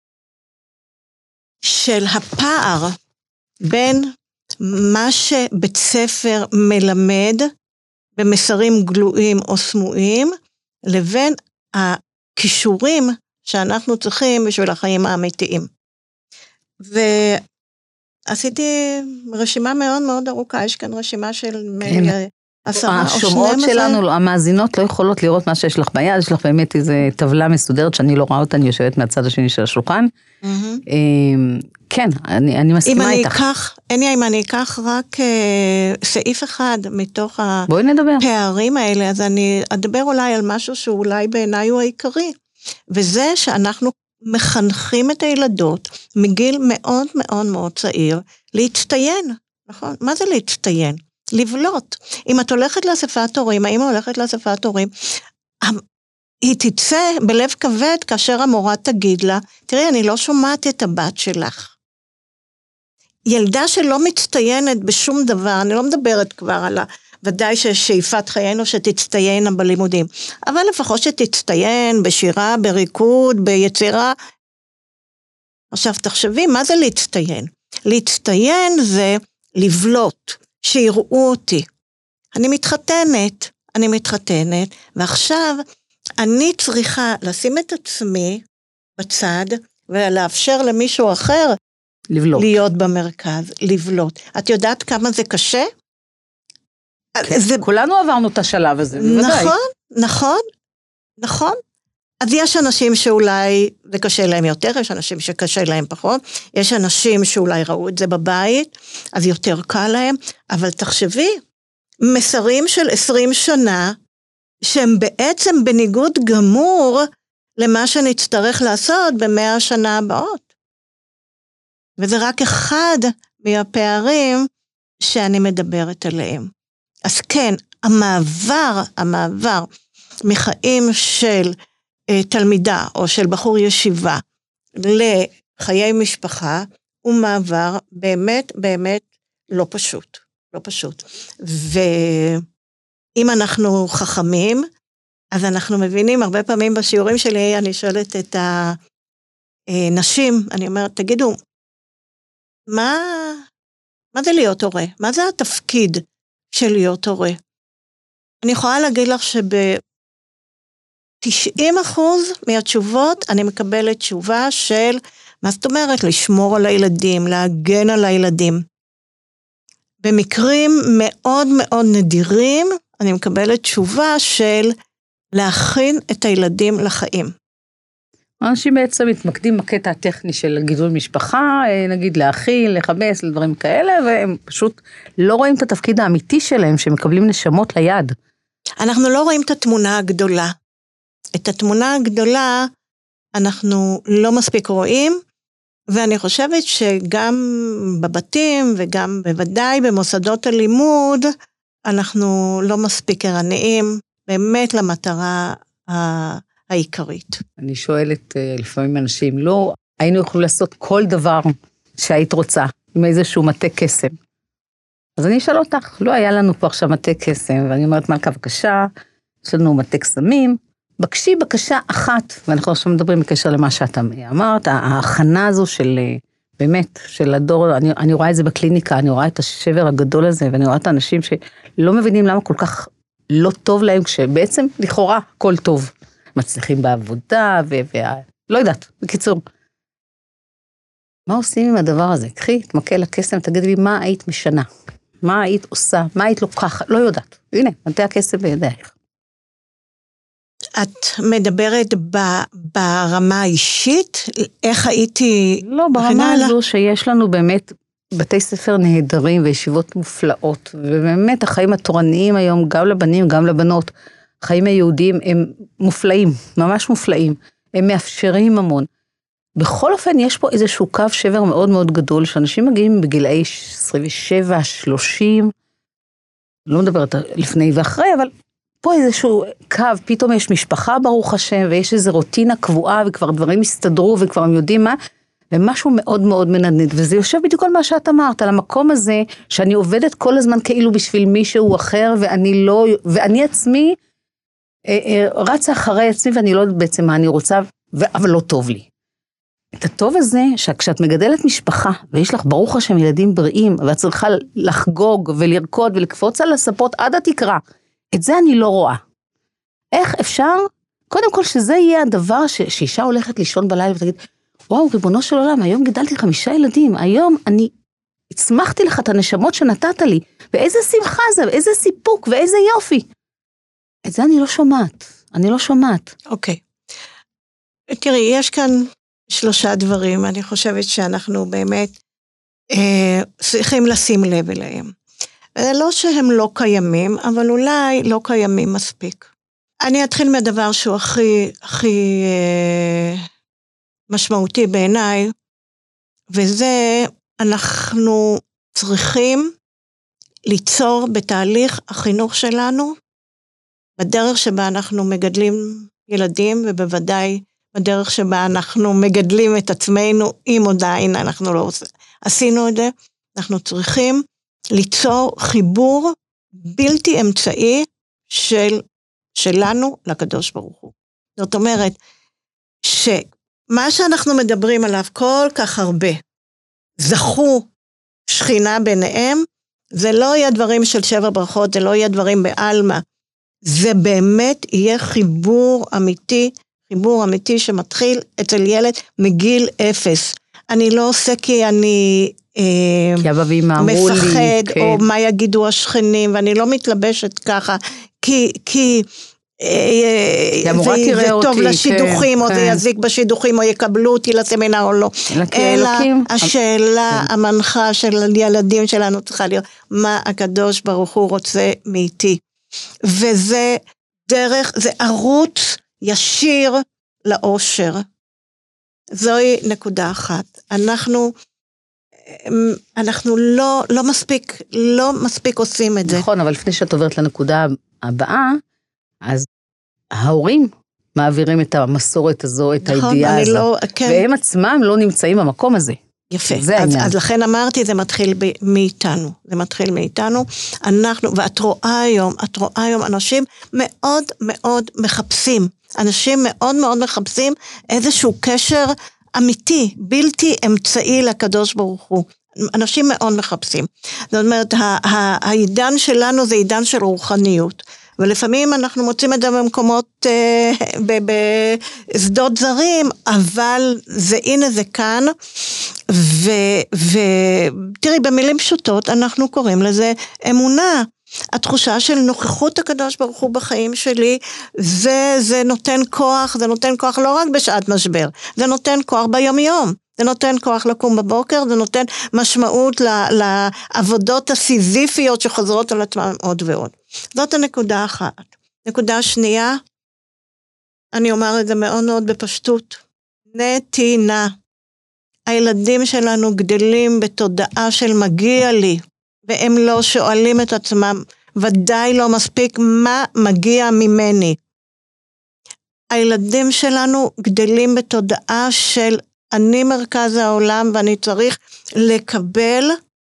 של הפער בין מה שבית ספר מלמד, במסרים גלויים או סמויים, לבין הכישורים שאנחנו צריכים בשביל החיים האמיתיים. ועשיתי רשימה מאוד מאוד ארוכה, יש כאן רשימה של 10 או 12. השומעות שלנו, המאזינות לא יכולות לראות מה שיש לך ביד, יש לך באמת איזו טבלה מסודרת שאני לא רואה אותה, אני יושבת מהצד השני של השולחן. כן, אני מסכימה איתך. אם אני אקח רק סעיף אחד מתוך הפערים האלה, אז אני אדבר אולי על משהו שאולי בעיניי הוא העיקרי, וזה שאנחנו מחנכים את הילדות מגיל מאוד מאוד מאוד צעיר להצטיין, נכון? מה זה להצטיין? לבלוט. אם את הולכת לאספת הורים, האמא הולכת לאספת הורים, היא תצא בלב כבד כאשר המורה תגיד לה, תראי, אני לא שומעת את הבת שלך. ילדה שלא מצטיינת בשום דבר, אני לא מדברת כבר על ודאי ששאיפת חיינו שתצטיינה בלימודים, אבל לפחות שתצטיין בשירה, בריקוד, ביצירה. עכשיו תחשבי, מה זה להצטיין? להצטיין זה לבלוט, שיראו אותי. אני מתחתנת, ועכשיו אני צריכה לשים את עצמי בצד, ולאפשר למישהו אחר לבלוט. להיות במרכז, לבלוט. את יודעת כמה זה קשה? כן, כולנו עברנו את השלב הזה, בוודאי. נכון. אז יש אנשים שאולי זה קשה להם יותר, יש אנשים שקשה להם פחות, יש אנשים שאולי ראו את זה בבית, אז יותר קל להם, אבל תחשבי, מסרים של 20 שנה, שהם בעצם בניגוד גמור למה שנצטרך לעשות ב100 השנה הבאות. וזה רק אחד מהפערים שאני מדברת עליהם. אז כן, המעבר מחיים של תלמידה או של בחור ישיבה לחיי משפחה, הוא מעבר באמת לא פשוט. ואם אנחנו חכמים, אז אנחנו מבינים, הרבה פעמים בשיעורים שלי, אני שואלת את הנשים, אני אומרת, תגידו, מה זה להיות הורה? מה זה התפקיד של להיות הורה? אני יכולה להגיד לך שב-90% מהתשובות אני מקבלת תשובה של, מה זאת אומרת? לשמור על הילדים, להגן על הילדים. במקרים מאוד מאוד נדירים, אני מקבלת תשובה של להכין את הילדים לחיים. אנשים בעצם מתמקדים בקטע הטכני של גידול משפחה, נגיד להכיל, לחבס, לדברים כאלה, והם פשוט לא רואים את התפקיד האמיתי שלהם, שמקבלים נשמות ליד. אנחנו לא רואים את התמונה הגדולה. את התמונה הגדולה אנחנו לא מספיק רואים, ואני חושבת שגם בבתים וגם בוודאי במוסדות הלימוד, אנחנו לא מספיק ערניים, באמת למטרה העיקרית. אני שואלת לפעמים אנשים, לא היינו יכולים לעשות כל דבר שהיית רוצה, עם איזשהו מטה קסם. אז אני אשאל אותך, לא היה לנו פה עכשיו מטה קסם, ואני אומרת, מלכה בקשה, יש לנו מטה קסמים, בקשי בקשה אחת, ואנחנו עכשיו מדברים בקשר למה שאתה אמרת, ההכנה הזו של, באמת, של הדור, אני רואה את זה בקליניקה, אני רואה את השבר הגדול הזה, ואני רואה את האנשים שלא מבינים למה כל כך לא טוב להם, כשבעצם לכאורה כל טוב. מצליחים בעבודה, לא יודעת, בקיצור. מה עושים עם הדבר הזה? קחי, תמקל לקסם, תגידי לי מה היית משנה, מה היית עושה, מה היית לוקחת, לא יודעת. הנה, מטה הקסם בידייך. את מדברת ברמה האישית? איך הייתי... לא, ברמה הזו שיש לנו באמת בתי ספר נהדרים וישיבות מופלאות, ובאמת החיים התורניים היום, גם לבנים, גם לבנות, החיים היהודיים הם מופלאים, ממש מופלאים, הם מאפשרים המון. בכל אופן יש פה איזשהו קו שבר מאוד מאוד גדול, שאנשים מגיעים בגילאי 27, 30, לא מדברת לפני ואחרי, אבל פה איזשהו קו, פתאום יש משפחה ברוך השם, ויש איזו רוטינה קבועה, וכבר דברים הסתדרו, וכבר הם יודעים מה, ומשהו מאוד מאוד מנדנד, וזה יושב בדיוק על מה שאת אמרת, על המקום הזה, שאני עובדת כל הזמן כאילו בשביל מישהו אחר, ואני עצמי, רצה אחרי עצמי, ואני לא יודעת בעצם מה אני רוצה, אבל לא טוב לי. את הטוב הזה, שכשאת מגדלת משפחה, ויש לך ברוך השם ילדים בריאים, ואת צריכה לחגוג ולרקוד ולקפוץ על הספות עד התקרה, את זה אני לא רואה. איך אפשר קודם כל שזה יהיה הדבר שאישה הולכת לישון בלילה ותגיד, וואו, ריבונו של עולם, היום גידלתי 5 ילדים, היום אני הצמחתי לך את הנשמות שנתת לי, ואיזה שמחה זה, ואיזה סיפוק, ואיזה יופי. את זה אני לא שומעת, אני לא שומעת. אוקיי. תראי, יש כאן 3 דברים, אני חושבת שאנחנו באמת צריכים לשים לב אליהם. לא שהם לא קיימים, אבל אולי לא קיימים מספיק. אני אתחיל מהדבר שהוא הכי משמעותי בעיניי, וזה אנחנו צריכים ליצור בתהליך החינוך שלנו, בדרך שבה אנחנו מגדלים ילדים, ובוודאי בדרך שבה אנחנו מגדלים את עצמנו, אם עדיין אנחנו לא עשינו את זה, אנחנו צריכים ליצור חיבור בלתי אמצעי שלנו לקדוש ברוך הוא. זאת אומרת, שמה שאנחנו מדברים עליו כל כך הרבה, זכו שכינה ביניהם, זה לא יהיה דברים של 7 ברכות, זה לא יהיה דברים בעלמא, זה באמת יהיה חיבור אמיתי שמתחיל אצל ילד מגיל 0. אני לא עושה כי אני מפחד, או מה יגידו השכנים, ואני לא מתלבשת ככה, כי זה טוב לשידוכים, או זה יזיק בשידוכים, או יקבלו אותי לסמינר או לא. אלא השאלה המנחה של ילדים שלנו צריכה להיות, מה הקדוש ברוך הוא רוצה מאיתי. וזה דרך, זה ערוץ ישיר לאושר. זוהי נקודה אחת. אנחנו לא מספיק עושים את זה. נכון, אבל לפני שאת עוברת לנקודה הבאה, אז ההורים מעבירים את המסורת הזו, את הידיעה הזו, והם עצמם לא נמצאים במקום הזה. יפה, אז לכן אמרתי, זה מתחיל מאיתנו, ואת רואה היום אנשים מאוד מאוד מחפשים, איזשהו קשר אמיתי, בלתי אמצעי לקדוש ברוך הוא, אנשים מאוד מחפשים, זאת אומרת, העידן שלנו זה עידן של רוחניות, ולפעמים אנחנו מוצאים את זה במקומות, בשדות זרים, אבל הנה זה כאן, ותראי, במילים פשוטות, אנחנו קוראים לזה אמונה, התחושה של נוכחות הקדוש ברוך הוא בחיים שלי, זה נותן כוח, לא רק בשעת משבר, זה נותן כוח ביום-יום, זה נותן כוח לקום בבוקר, זה נותן משמעות לעבודות הסיזיפיות שחוזרות על עצמם עוד ועוד. זאת הנקודה אחת. נקודה שנייה, אני אומר את זה מאוד מאוד בפשטות, נתינה. הילדים שלנו גדלים בתודעה של מגיע לי, והם לא שואלים את עצמם, ודאי לא מספיק מה מגיע ממני. הילדים שלנו גדלים בתודעה של אני מרכז העולם ואני צריך לקבל,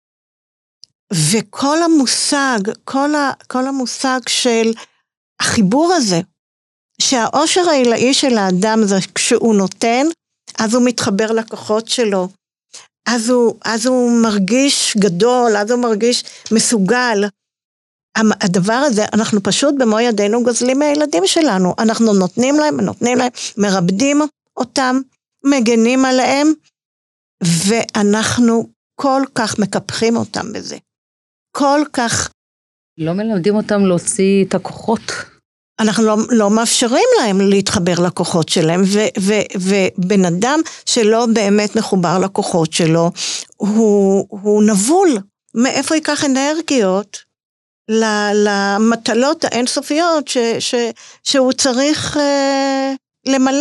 וכל המושג, כל המושג של החיבור הזה, שהאושר העילאי של האדם זה כשהוא נותן, אז הוא מתחבר לכוחות שלו, אז הוא מרגיש גדול, אז הוא מרגיש מסוגל. הדבר הזה, אנחנו פשוט במו ידינו גוזלים מהילדים שלנו, אנחנו נותנים להם, מרבדים אותם, מגנים עליהם, ואנחנו כל כך מקפחים אותם בזה. כל כך. לא מלמדים אותם להוציא את הכוחות. אנחנו לא מאפשרים להם להתחבר לכוחות שלהם, ובן אדם שלא באמת מחובר לכוחות שלו, הוא נבול. מאיפה ייקח אנרגיות למטלות האינסופיות שהוא צריך למלא.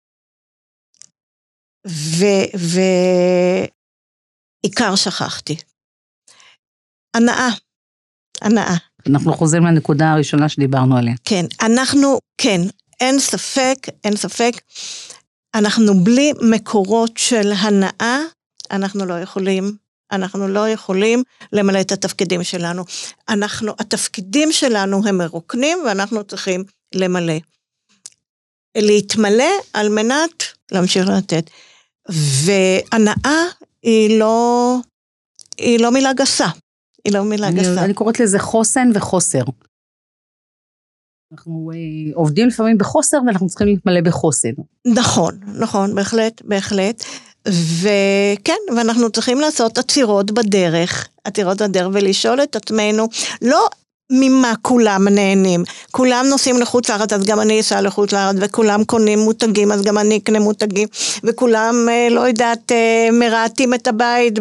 ועיקר שכחתי. הנאה. אנחנו חוזרים לנקודה הראשונה שדיברנו עליה. כן, אין ספק, אנחנו בלי מקורות של הנאה, אנחנו לא יכולים למלא את התפקידים שלנו. התפקידים שלנו הם מרוקנים, ואנחנו צריכים למלא. להתמלא על מנת להמשיך לתת. והנאה היא לא מילה גסה. אני קוראת לזה חוסן וחוסר. אנחנו עובדים לפעמים בחוסר, ואנחנו צריכים להתמלא בחוסן. נכון, נכון, בהחלט, בהחלט. וכן, ואנחנו צריכים לעשות עצירות בדרך ולשאול את עצמנו, לא ממה כולם נהנים, כולם נוסעים לחוץ לארץ, אז גם אני אסע לחוץ לארץ, וכולם קונים מותגים, אז גם אני אקנה מותגים, וכולם, לא יודעת, מרעתים את הבית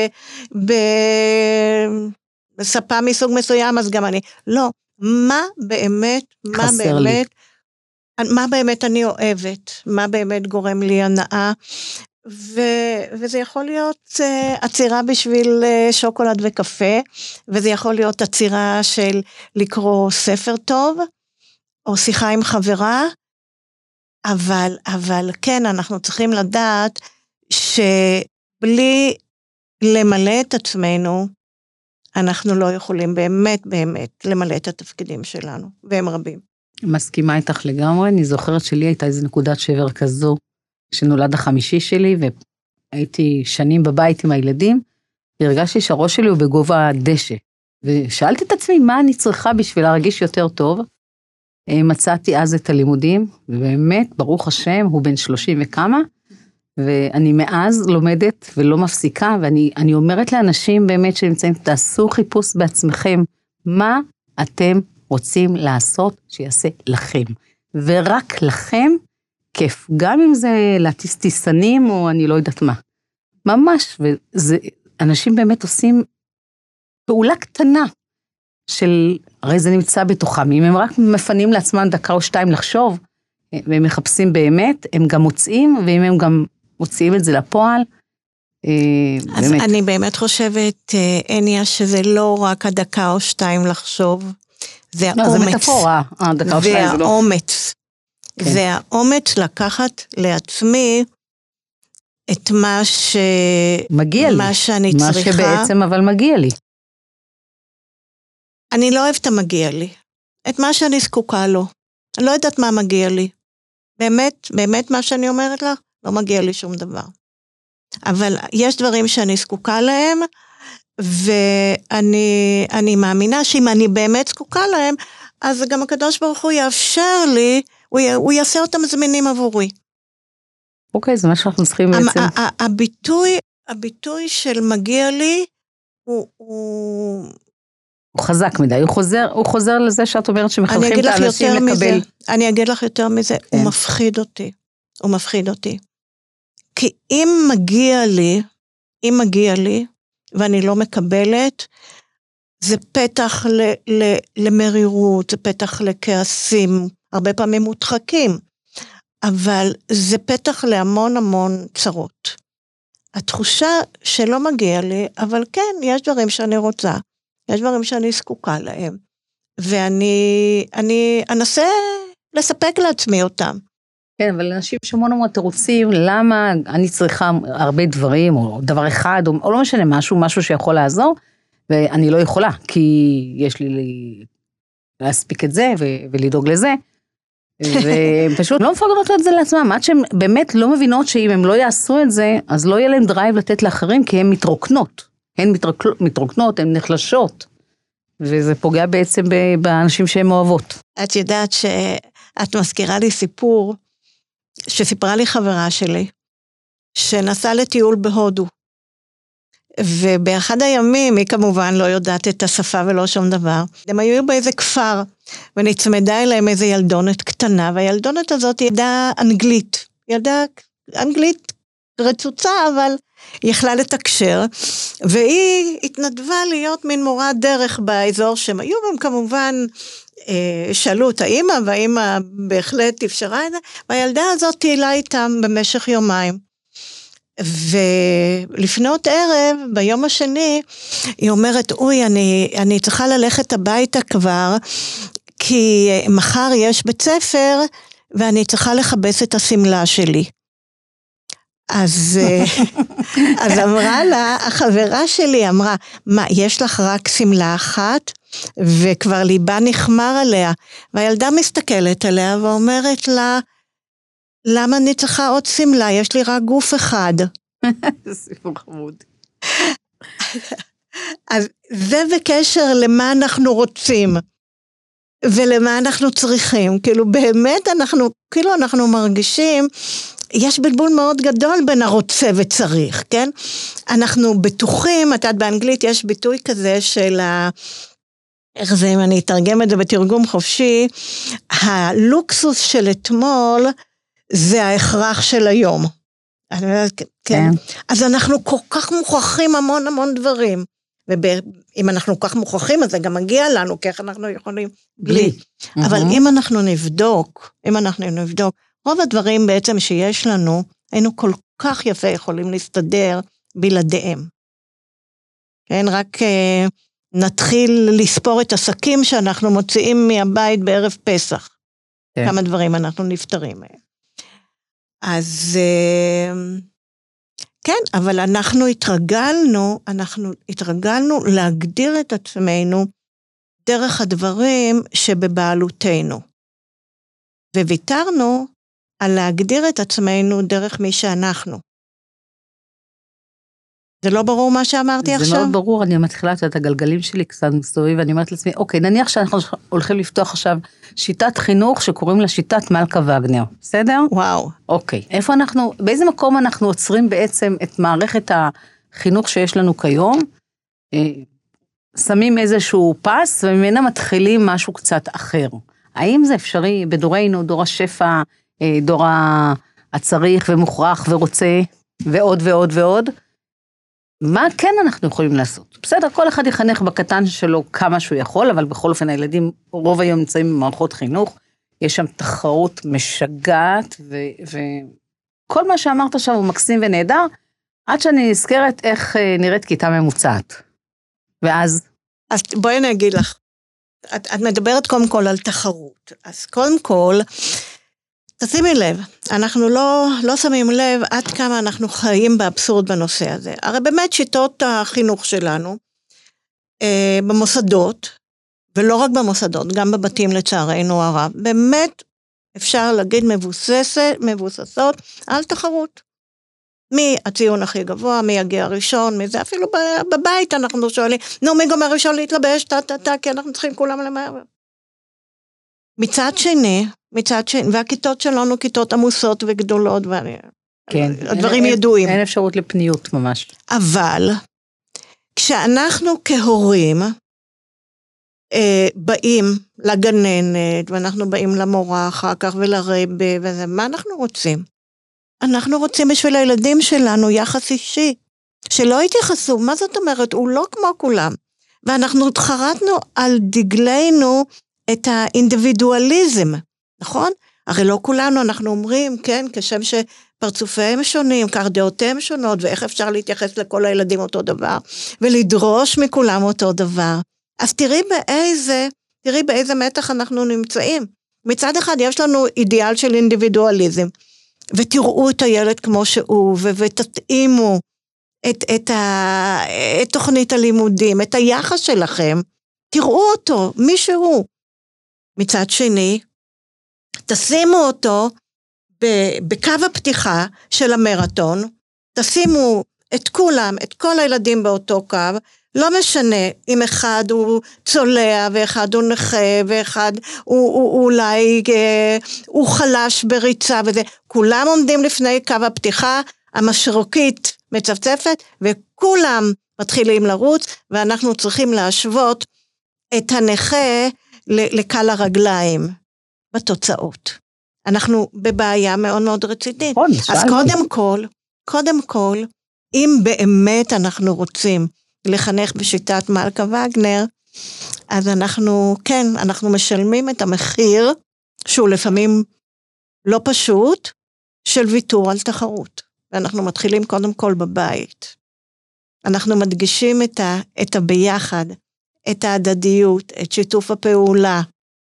בספה מסוג מסוים, אז גם אני. לא, מה באמת, מה באמת אני אוהבת, מה באמת גורם לי הנאה, וזה יכול להיות עצירה בשביל שוקולד וקפה, וזה יכול להיות עצירה של לקרוא ספר טוב, או שיחה עם חברה, אבל כן, אנחנו צריכים לדעת שבלי למלא את עצמנו, אנחנו לא יכולים באמת למלא את התפקידים שלנו, והם רבים. מסכימה איתך לגמרי, אני זוכרת שלי הייתה איזו נקודת שבר כזו, שנולד החמישי שלי, והייתי שנים בבית עם הילדים, והרגשתי שהראש שלי הוא בגובה דשא, ושאלתי את עצמי מה אני צריכה בשביל להרגיש יותר טוב, מצאתי אז את הלימודים, ובאמת, ברוך השם, הוא בן 30 וכמה, ואני מאז לומדת ולא מפסיקה, ואני אומרת לאנשים באמת שנמצאים, תעשו חיפוש בעצמכם, מה אתם רוצים לעשות שיעשה לכם, ורק לכם כיף, גם אם זה להטיס טיסנים או אני לא יודעת מה, ממש, ואנשים באמת עושים פעולה קטנה, הרי זה נמצא בתוכם, אם הם רק מפנים לעצמם דקה או שתיים לחשוב, והם מחפשים באמת, הם גם מוצאים, ואם הם גם מוציאים את זה לפועל, אז באמת. אני באמת חושבת, אניה, שזה לא רק הדקה או שתיים לחשוב, זה האומץ. זה מטאפורה, הדקה או שתיים זה לא. והאומץ. כן. זה האומץ לקחת לעצמי, את מה מגיע לי. מה שאני צריכה. מה שבעצם אבל מגיע לי. אני לא אוהבת המגיע לי. את מה שאני זקוקה לו. אני לא יודעת מה מגיע לי. באמת מה שאני אומרת לך, לא מגיע לי שום דבר. אבל יש דברים שאני זקוקה להם, ואני מאמינה שאם אני באמת זקוקה להם, אז גם הקדוש ברוך הוא יאפשר לי, הוא יעשה אותם זמינים עבורי. אוקיי, זה מה שאנחנו צריכים בעצם. הביטוי של מגיע לי, הוא חזק מדי, הוא חוזר לזה שאת אומרת שמחנכים את האנשים לקבל. אני אגיד לך יותר מזה, הוא מפחיד אותי. כי אם מגיע לי, ואני לא מקבלת, זה פתח למרירות, זה פתח לכעסים, הרבה פעמים מודחקים, אבל זה פתח להמון צרות. התחושה שלא מגיע לי, אבל כן, יש דברים שאני רוצה, יש דברים שאני זקוקה להם, ואני אנסה לספק לעצמי אותם. כן, אבל אנשים שמון תירוצים, למה אני צריכה הרבה דברים, או דבר אחד, או לא משנה משהו שיכול לעזור, ואני לא יכולה, כי יש לי להספיק את זה, ולדאוג לזה, ופשוט לא מפרגנות את זה לעצמם, עד שהן באמת לא מבינות שאם הם לא יעשו את זה, אז לא יהיה להם דרייב לתת לאחרים, כי הן מתרוקנות, הן נחלשות, וזה פוגע בעצם באנשים שהן אוהבות. את יודעת שאת מזכירה לי סיפור, שסיפרה לי חברה שלי, שנסעה לטיול בהודו, ובאחד הימים, היא כמובן לא יודעת את השפה ולא שום דבר, הם היו באיזה כפר, ונצמדה אליהם איזה ילדונת קטנה, והילדונת הזאת ידעה אנגלית רצוצה, אבל היא יכלה לתקשר, והיא התנדבה להיות מין מורה דרך באזור שהם היו, והם כמובן שאלו את האמא, והאמא בהחלט אפשרה את זה, והילדה הזאת תהילה איתם במשך יומיים. ולפנות ערב, ביום השני, היא אומרת, אוי, אני צריכה ללכת הביתה כבר, כי מחר יש בית ספר, ואני צריכה לחבש את הסמלה שלי. אז אמרה לה, החברה שלי אמרה, מה, יש לך רק סמלה אחת? וכבר ליבה נחמר עליה, והילדה מסתכלת עליה ואומרת לה, למה אני צריכה עוד סמלה? יש לי רק גוף אחד. זה סיפור חמוד. אז זה בקשר למה אנחנו רוצים. ולמה אנחנו צריכים, כאילו באמת אנחנו מרגישים, יש בלבול מאוד גדול בין הרוצה וצריך, כן? אנחנו בטוחים, את יודעת באנגלית יש ביטוי כזה של איך זה אם אני אתרגם את זה בתרגום חופשי, הלוקסוס של אתמול זה ההכרח של היום. כן. אז אנחנו כל כך מוכרחים המון דברים, ואם אנחנו כל כך מוכרחים אז זה גם מגיע לנו, כי איך אנחנו יכולים בלי. אבל אם אנחנו נבדוק, רוב הדברים בעצם שיש לנו, היינו כל כך יפה יכולים להסתדר בלעדיהם. כן, רק נתחיל לספור את עסקים שאנחנו מוציאים מהבית בערב פסח. כמה דברים אנחנו נפטרים מהם. אז כן, אבל אנחנו התרגלנו להגדיר את עצמנו דרך הדברים שבבעלותנו. וויתרנו על להגדיר את עצמנו דרך מי שאנחנו. זה לא ברור מה שאמרתי עכשיו? זה מאוד ברור, אני מתחילה את הגלגלים שלי קצת מסתובבים, ואני אומרת לעצמי, אוקיי, נניח שאנחנו הולכים לפתוח עכשיו שיטת חינוך שקוראים לה שיטת מלכה וגנר, בסדר? וואו. אוקיי, באיזה מקום אנחנו עוצרים בעצם את מערכת החינוך שיש לנו כיום, שמים איזשהו פס, וממנה מתחילים משהו קצת אחר. האם זה אפשרי בדורנו, דור השפע, דור הצריך ומוכרח ורוצה, ועוד ועוד ועוד? מה כן אנחנו יכולים לעשות? בסדר, כל אחד יחנך בקטן שלו כמה שהוא יכול, אבל בכל אופן הילדים רוב היום נמצאים במערכות חינוך, יש שם תחרות משגעת, וכל מה שאמרת עכשיו הוא מקסים ונהדר, עד שאני נזכרת איך נראית כיתה ממוצעת. ואז? אז בואי אני אגיד לך, את מדברת קודם כל על תחרות, אז קודם כל, תשימי לב, אנחנו לא שמים לב עד כמה אנחנו חיים באבסורד בנושא הזה. הרי באמת שיטות החינוך שלנו, במוסדות, ולא רק במוסדות, גם בבתים לצערנו הרב, באמת אפשר להגיד מבוססות על תחרות. מי הציון הכי גבוה, מי יגיע הראשון, מי זה, אפילו בבית אנחנו שואלים, מי גומר ראשון להתלבש, כי אנחנו צריכים כולם למהר. מצד שני, והכיתות שלנו כיתות עמוסות וגדולות, כן, הדברים ידועים. אין אפשרות לפניות ממש. אבל, כשאנחנו כהורים, באים לגננת, ואנחנו באים למורה אחר כך ולרבה, וזה, מה אנחנו רוצים? אנחנו רוצים בשביל הילדים שלנו יחס אישי, שלא התייחסו, מה זאת אומרת? הוא לא כמו כולם. ואנחנו חרטנו על דגלנו את האינדיבידואליזם, נכון? הרי לא כולנו אנחנו אומרים, כן, כשם שפרצופיהם שונים, כך דעותיהם שונות, ואיך אפשר להתייחס לכל הילדים אותו דבר, ולדרוש מכולם אותו דבר. אז תראי באיזה מתח אנחנו נמצאים. מצד אחד יש לנו אידיאל של אינדיבידואליזם, ותראו את הילד כמו שהוא, ותתאימו את תוכנית הלימודים, את היחס שלכם, תראו אותו, מי שהוא. מצד שני, תשימו אותו בקו הפתיחה של המרתון, תשימו את כולם, את כל הילדים באותו קו, לא משנה אם אחד הוא צולע, ואחד הוא נכה, ואחד הוא אולי הוא חלש בריצה וזה, כולם עומדים לפני קו הפתיחה, המשרוקית מצפצפת, וכולם מתחילים לרוץ, ואנחנו צריכים להשוות את הנכה לקל הרגליים בתוצאות. אנחנו בבעיה מאוד מאוד רצינית. אז קודם כל, אם באמת אנחנו רוצים לחנך בשיטת מלכה וגנר, אז אנחנו משלמים את המחיר, שהוא לפעמים לא פשוט, של ויתור על תחרות. ואנחנו מתחילים קודם כל בבית. אנחנו מדגישים את הביחד, את ההדדיות, את שיתוף הפעולה,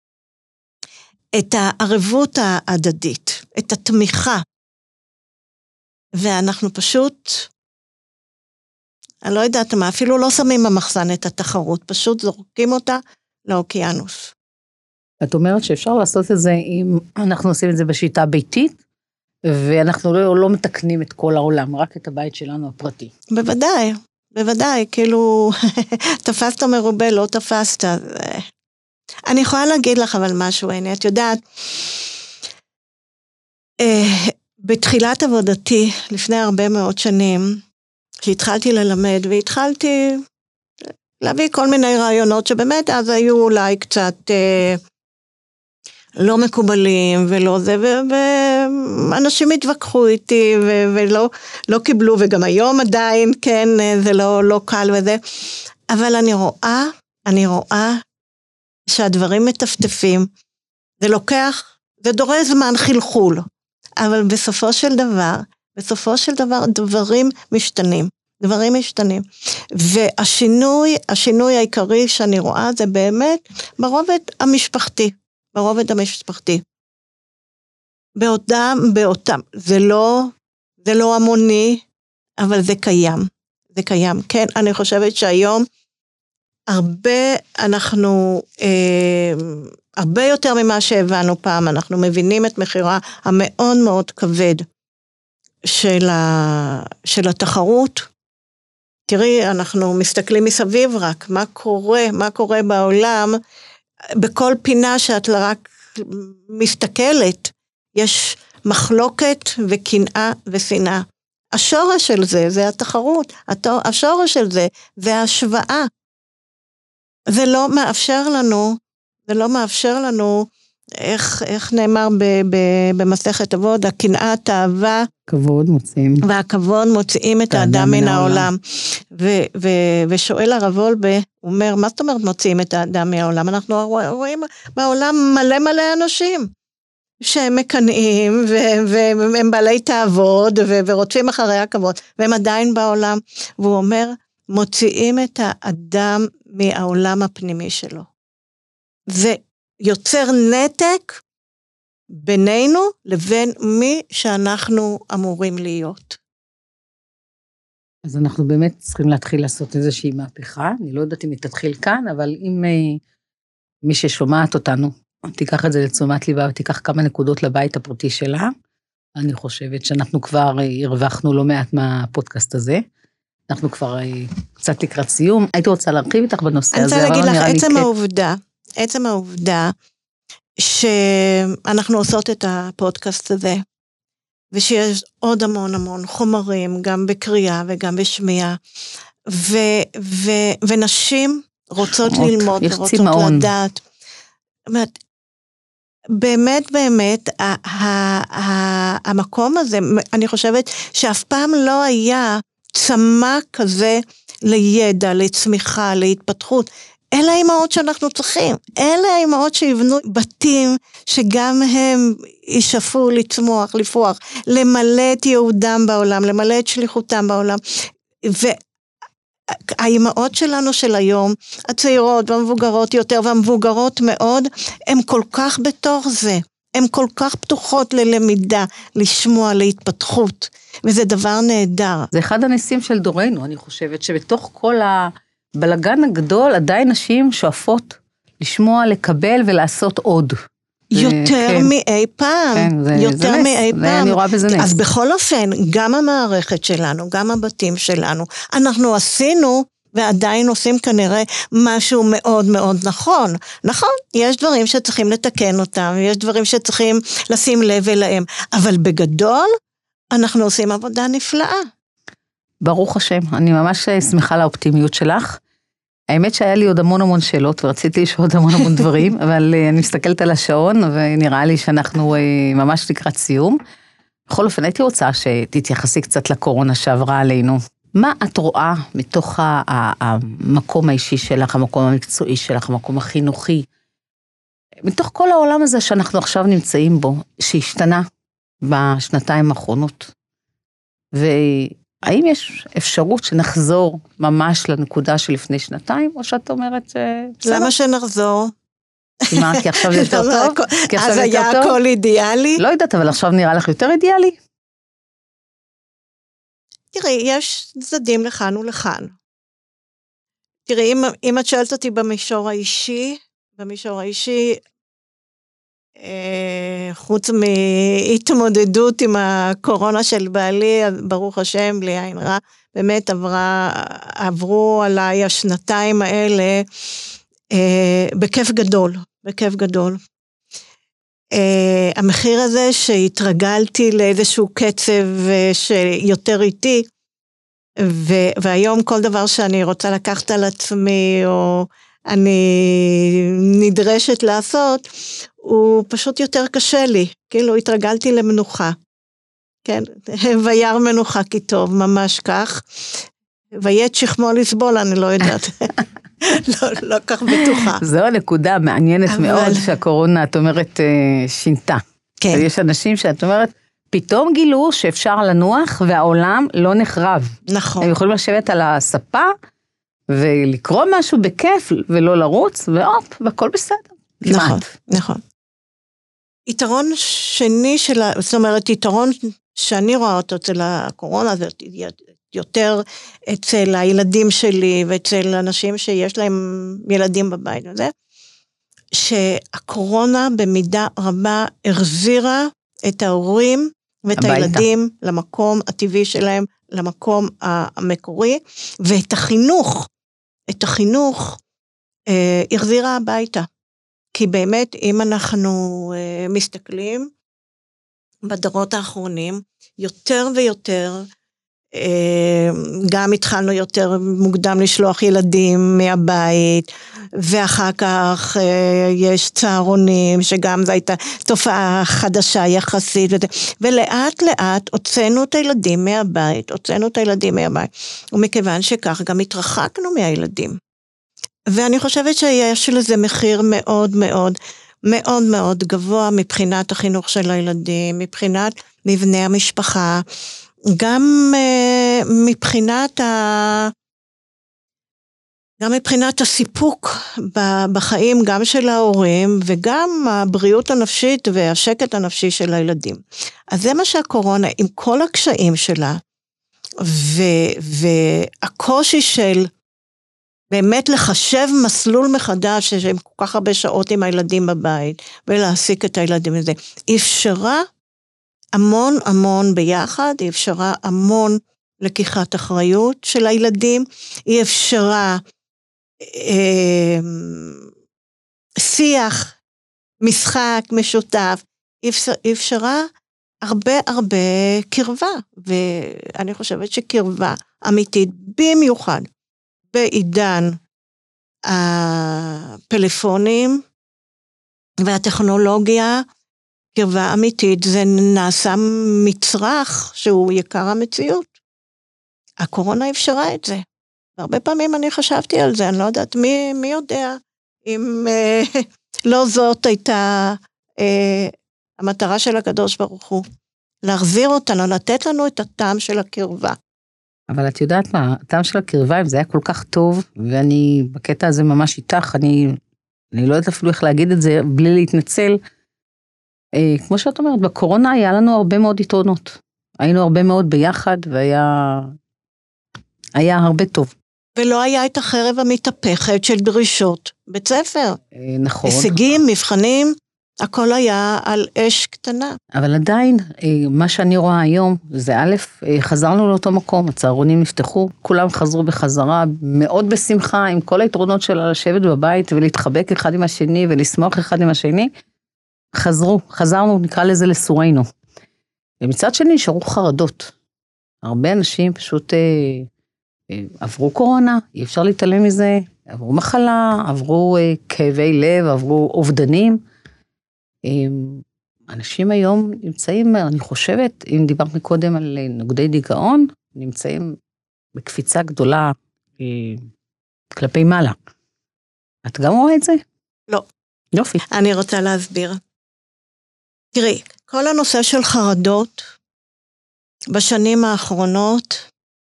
את הערבות ההדדית, את התמיכה. ואנחנו פשוט, אני לא יודעת מה, אפילו לא שמים במחסן את התחרות, פשוט זורקים אותה לאוקיינוס. את אומרת שאפשר לעשות את זה אם אנחנו עושים את זה בשיטה ביתית, ואנחנו לא מתקנים את כל העולם, רק את הבית שלנו הפרטי. בוודאי, כאילו, תפסת מרובה, לא תפסת. אני יכולה להגיד לך אבל משהו, הנה, את יודעת, בתחילת עבודתי, לפני הרבה מאוד שנים, שהתחלתי ללמד, והתחלתי להביא כל מיני רעיונות, שבאמת אז היו אולי קצת לא מקובלים, ולא זה, ואנשים התווכחו איתי, ולא קיבלו, וגם היום עדיין, כן, זה לא קל וזה, אבל אני רואה שהדברים מטפטפים, זה דורש זמן חלחול, אבל בסופו של דבר דברים משתנים, והשינוי העיקרי שאני רואה זה באמת ברובד המשפחתי, באותם, זה לא המוני, אבל זה קיים, כן, אני חושבת שהיום, הרבה יותר ממה שהבנו פעם, אנחנו מבינים את מחירה המאוד מאוד כבד של התחרות. תראי, אנחנו מסתכלים מסביב רק, מה קורה בעולם, בכל פינה שאת רק מסתכלת, יש מחלוקת וקנאה ושנאה. השורש של זה התחרות, השורש של זה ההשוואה. זה לא מאפשר לנו, איך נאמר במסכת אבות, הקנאה, התאווה, והכבוד מוציאים את האדם מן העולם. ושואל הרב וולבה, הוא אומר, מה זאת אומרת מוציאים את האדם מהעולם? אנחנו רואים בעולם מלא אנשים, שהם מקנאים, והם בעלי תאוות, ורודפים אחרי הכבוד, והם עדיין בעולם. והוא אומר, מוציאים את האדם מהעולם הפנימי שלו. זה יוצר נתק בינינו לבין מי שאנחנו אמורים להיות. אז אנחנו באמת צריכים להתחיל לעשות איזושהי מהפכה, אני לא יודעת אם היא תתחיל כאן, אבל אם מי ששומעת אותנו, תיקח את זה לתשומת ליבה ותיקח כמה נקודות לבית הפרטי שלה, אני חושבת שאנחנו כבר הרווחנו לא מעט מהפודקאסט הזה, אנחנו כבר קצת לקראת סיום, הייתי רוצה להרחיב איתך בנושא הזה. אני רוצה להגיד לך, עצם העובדה שאנחנו עושות את הפודקאסט הזה, ושיש עוד המון חומרים, גם בקריאה וגם בשמיעה, ונשים רוצות ללמוד, ורוצות לדעת. באמת, המקום הזה, אני חושבת שאף פעם לא היה צמא כזה לידע, לצמיחה, להתפתחות. אלה האימהות שאנחנו צריכים, אלה האימהות שיבנו בתים שגם הם ישאפו לצמוח, לפרוח, למלא את יהודם בעולם, למלא את שליחותם בעולם. והאימהות שלנו של היום, הצעירות והמבוגרות יותר והמבוגרות מאוד, הן כל כך בתוך זה, הן כל כך פתוחות ללמידה, לשמוע, להתפתחות, וזה דבר נהדר. זה אחד הניסים של דורנו, אני חושבת שבתוך כל בלגן הגדול, עדיין נשים שואפות לשמוע, לקבל ולעשות עוד. יותר מאי פעם. יותר מאי פעם. אני רואה בזה נס. אז בכל אופן, גם המערכת שלנו, גם הבתים שלנו, אנחנו עשינו, ועדיין עושים כנראה משהו מאוד מאוד נכון. נכון, יש דברים שצריכים לתקן אותם, יש דברים שצריכים לשים לב אליהם, אבל בגדול, אנחנו עושים עבודה נפלאה. ברוך השם, אני ממש שמחה לאופטימיות שלך. האמת שהיה לי עוד המון שאלות, ורציתי לשאול עוד המון דברים, אבל אני מסתכלת על השעון, ונראה לי שאנחנו ממש לקראת סיום. בכל אופן, הייתי רוצה שתתייחסי קצת לקורונה שעברה עלינו. מה את רואה מתוך המקום האישי שלך, המקום המקצועי שלך, המקום החינוכי, מתוך כל העולם הזה שאנחנו עכשיו נמצאים בו, שהשתנה בשנתיים האחרונות, האם יש אפשרות שנחזור ממש לנקודה שלפני שנתיים, או שאת אומרת למה שנחזור? מה, כי עכשיו יותר טוב? אז היה הכל אידיאלי? לא יודעת, אבל עכשיו נראה לך יותר אידיאלי? תראי, יש צדדים לכאן ולכאן. תראי, אם את שואלת אותי במישור האישי, חוץ מהתמודדות עם הקורונה של בעלי, ברוך השם, בלי עין רע, באמת עברו עליי השנתיים האלה, בכיף גדול, בכיף גדול. המחיר הזה שהתרגלתי לאיזשהו קצב שיותר איטי, והיום כל דבר שאני רוצה לקחת על עצמי, או אני נדרשת לעשות, הוא פשוט יותר קשה לי, כאילו התרגלתי למנוחה, כן, וירא מנוחה כי טוב, ממש כך, ויית שכמו לסבול, אני לא יודעת, לא כך בטוחה. זו הנקודה מעניינת מאוד שהקורונה, את אומרת, שינתה. כן. יש אנשים שאת אומרת, פתאום גילו שאפשר לנוח והעולם לא נחרב. נכון. הם יכולים לשבת על הספה ולקרוא משהו בכיף ולא לרוץ, והופ, והכל בסדר. נכון, נכון. יתרון שני שלה, זאת אומרת, יתרון שאני רואה אותו אצל הקורונה, זה יותר אצל הילדים שלי ואצל אנשים שיש להם ילדים בבית הזה, שהקורונה במידה רבה החזירה את ההורים ואת הילדים למקום הטבעי שלהם, למקום המקורי, ואת החינוך החזירה הביתה. כי באמת, אם אנחנו מסתכלים בדורות האחרונים, יותר ויותר, גם התחלנו יותר מוקדם לשלוח ילדים מהבית, ואחר כך יש צהרונים, שגם זו הייתה תופעה חדשה יחסית, ולאט לאט הוצאנו את הילדים מהבית, ומכיוון שכך גם התרחקנו מהילדים. ואני חושבת שיש לזה מחיר מאוד מאוד, מאוד מאוד גבוה, מבחינת החינוך של הילדים, מבחינת מבנה המשפחה, גם מבחינת הסיפוק בחיים, גם של ההורים, וגם הבריאות הנפשית והשקט הנפשי של הילדים. אז זה מה שהקורונה, עם כל הקשיים שלה, והקושי של באמת לחשב מסלול מחדש, שהם כל כך הרבה שעות עם הילדים בבית, ולהעסיק את הילדים הזה, אפשרה המון המון ביחד, היא אפשרה המון לקיחת אחריות של הילדים, היא אפשרה שיח, משחק משותף, היא אפשרה הרבה קרבה, ואני חושבת שקרבה אמיתית במיוחד, בעידן הפלאפונים והטכנולוגיה, קרבה אמיתית, זה נעשה מצרך שהוא יקר המציאות. הקורונה אפשרה את זה. והרבה פעמים אני חשבתי על זה, אני לא יודעת, מי יודע אם לא זאת הייתה המטרה של הקדוש ברוך הוא, להחזיר אותנו, לתת לנו את הטעם של הקרבה. אבל את יודעת מה, הטעם של הקרבה, אם זה היה כל כך טוב, ואני בקטע הזה ממש איתך, אני לא יודעת אפילו איך להגיד את זה, בלי להתנצל, כמו שאת אומרת, בקורונה היה לנו הרבה מאוד יתרונות. היינו הרבה מאוד ביחד, והיה הרבה טוב. ולא היה את החרב המתהפכת של דרישות בית ספר. נכון. הישגים, מבחנים, הכל היה על אש קטנה. אבל עדיין, מה שאני רואה היום, זה א', חזרנו לאותו מקום, הצהרונים נפתחו, כולם חזרו בחזרה, מאוד בשמחה, עם כל היתרונות של לשבת בבית, ולהתחבק אחד עם השני, ולשמוח אחד עם השני, חזרנו, נקרא לזה לסורנו. ומצד שני, נשארו חרדות. הרבה אנשים פשוט עברו קורונה, אי אפשר להתעלם מזה, עברו מחלה, עברו כאבי לב, עברו אובדנים. אנשים היום נמצאים, אני חושבת, אם דיברת מקודם על נוגדי דיכאון, נמצאים בקפיצה גדולה כלפי מעלה. את גם רואה את זה? לא. יופי. אני רוצה להסביר. תראי, כל הנושא של חרדות, בשנים האחרונות,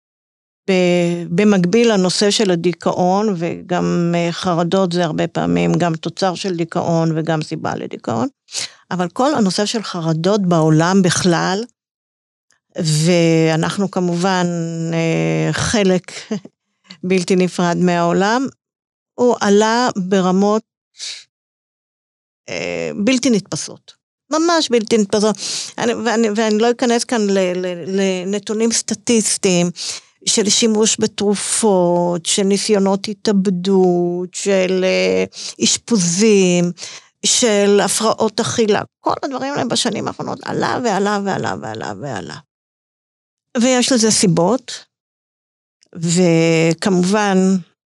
במקביל לנושא של הדיכאון, וגם חרדות זה הרבה פעמים גם תוצר של דיכאון וגם סיבה לדיכאון, אבל כל הנושא של חרדות בעולם בכלל, ואנחנו כמובן חלק בלתי נפרד מהעולם, הוא עלה ברמות בלתי נתפסות. ממש בלתי נתפסות. ואני לא אכנס כאן לנתונים סטטיסטיים, של שימוש בתרופות, של ניסיונות התאבדות, של אשפוזים, של הפרעות אכילה, כל הדברים האלה בשנים האחרונות עלה ועלה ועלה ועלה ועלה. ויש לזה סיבות, וכמובן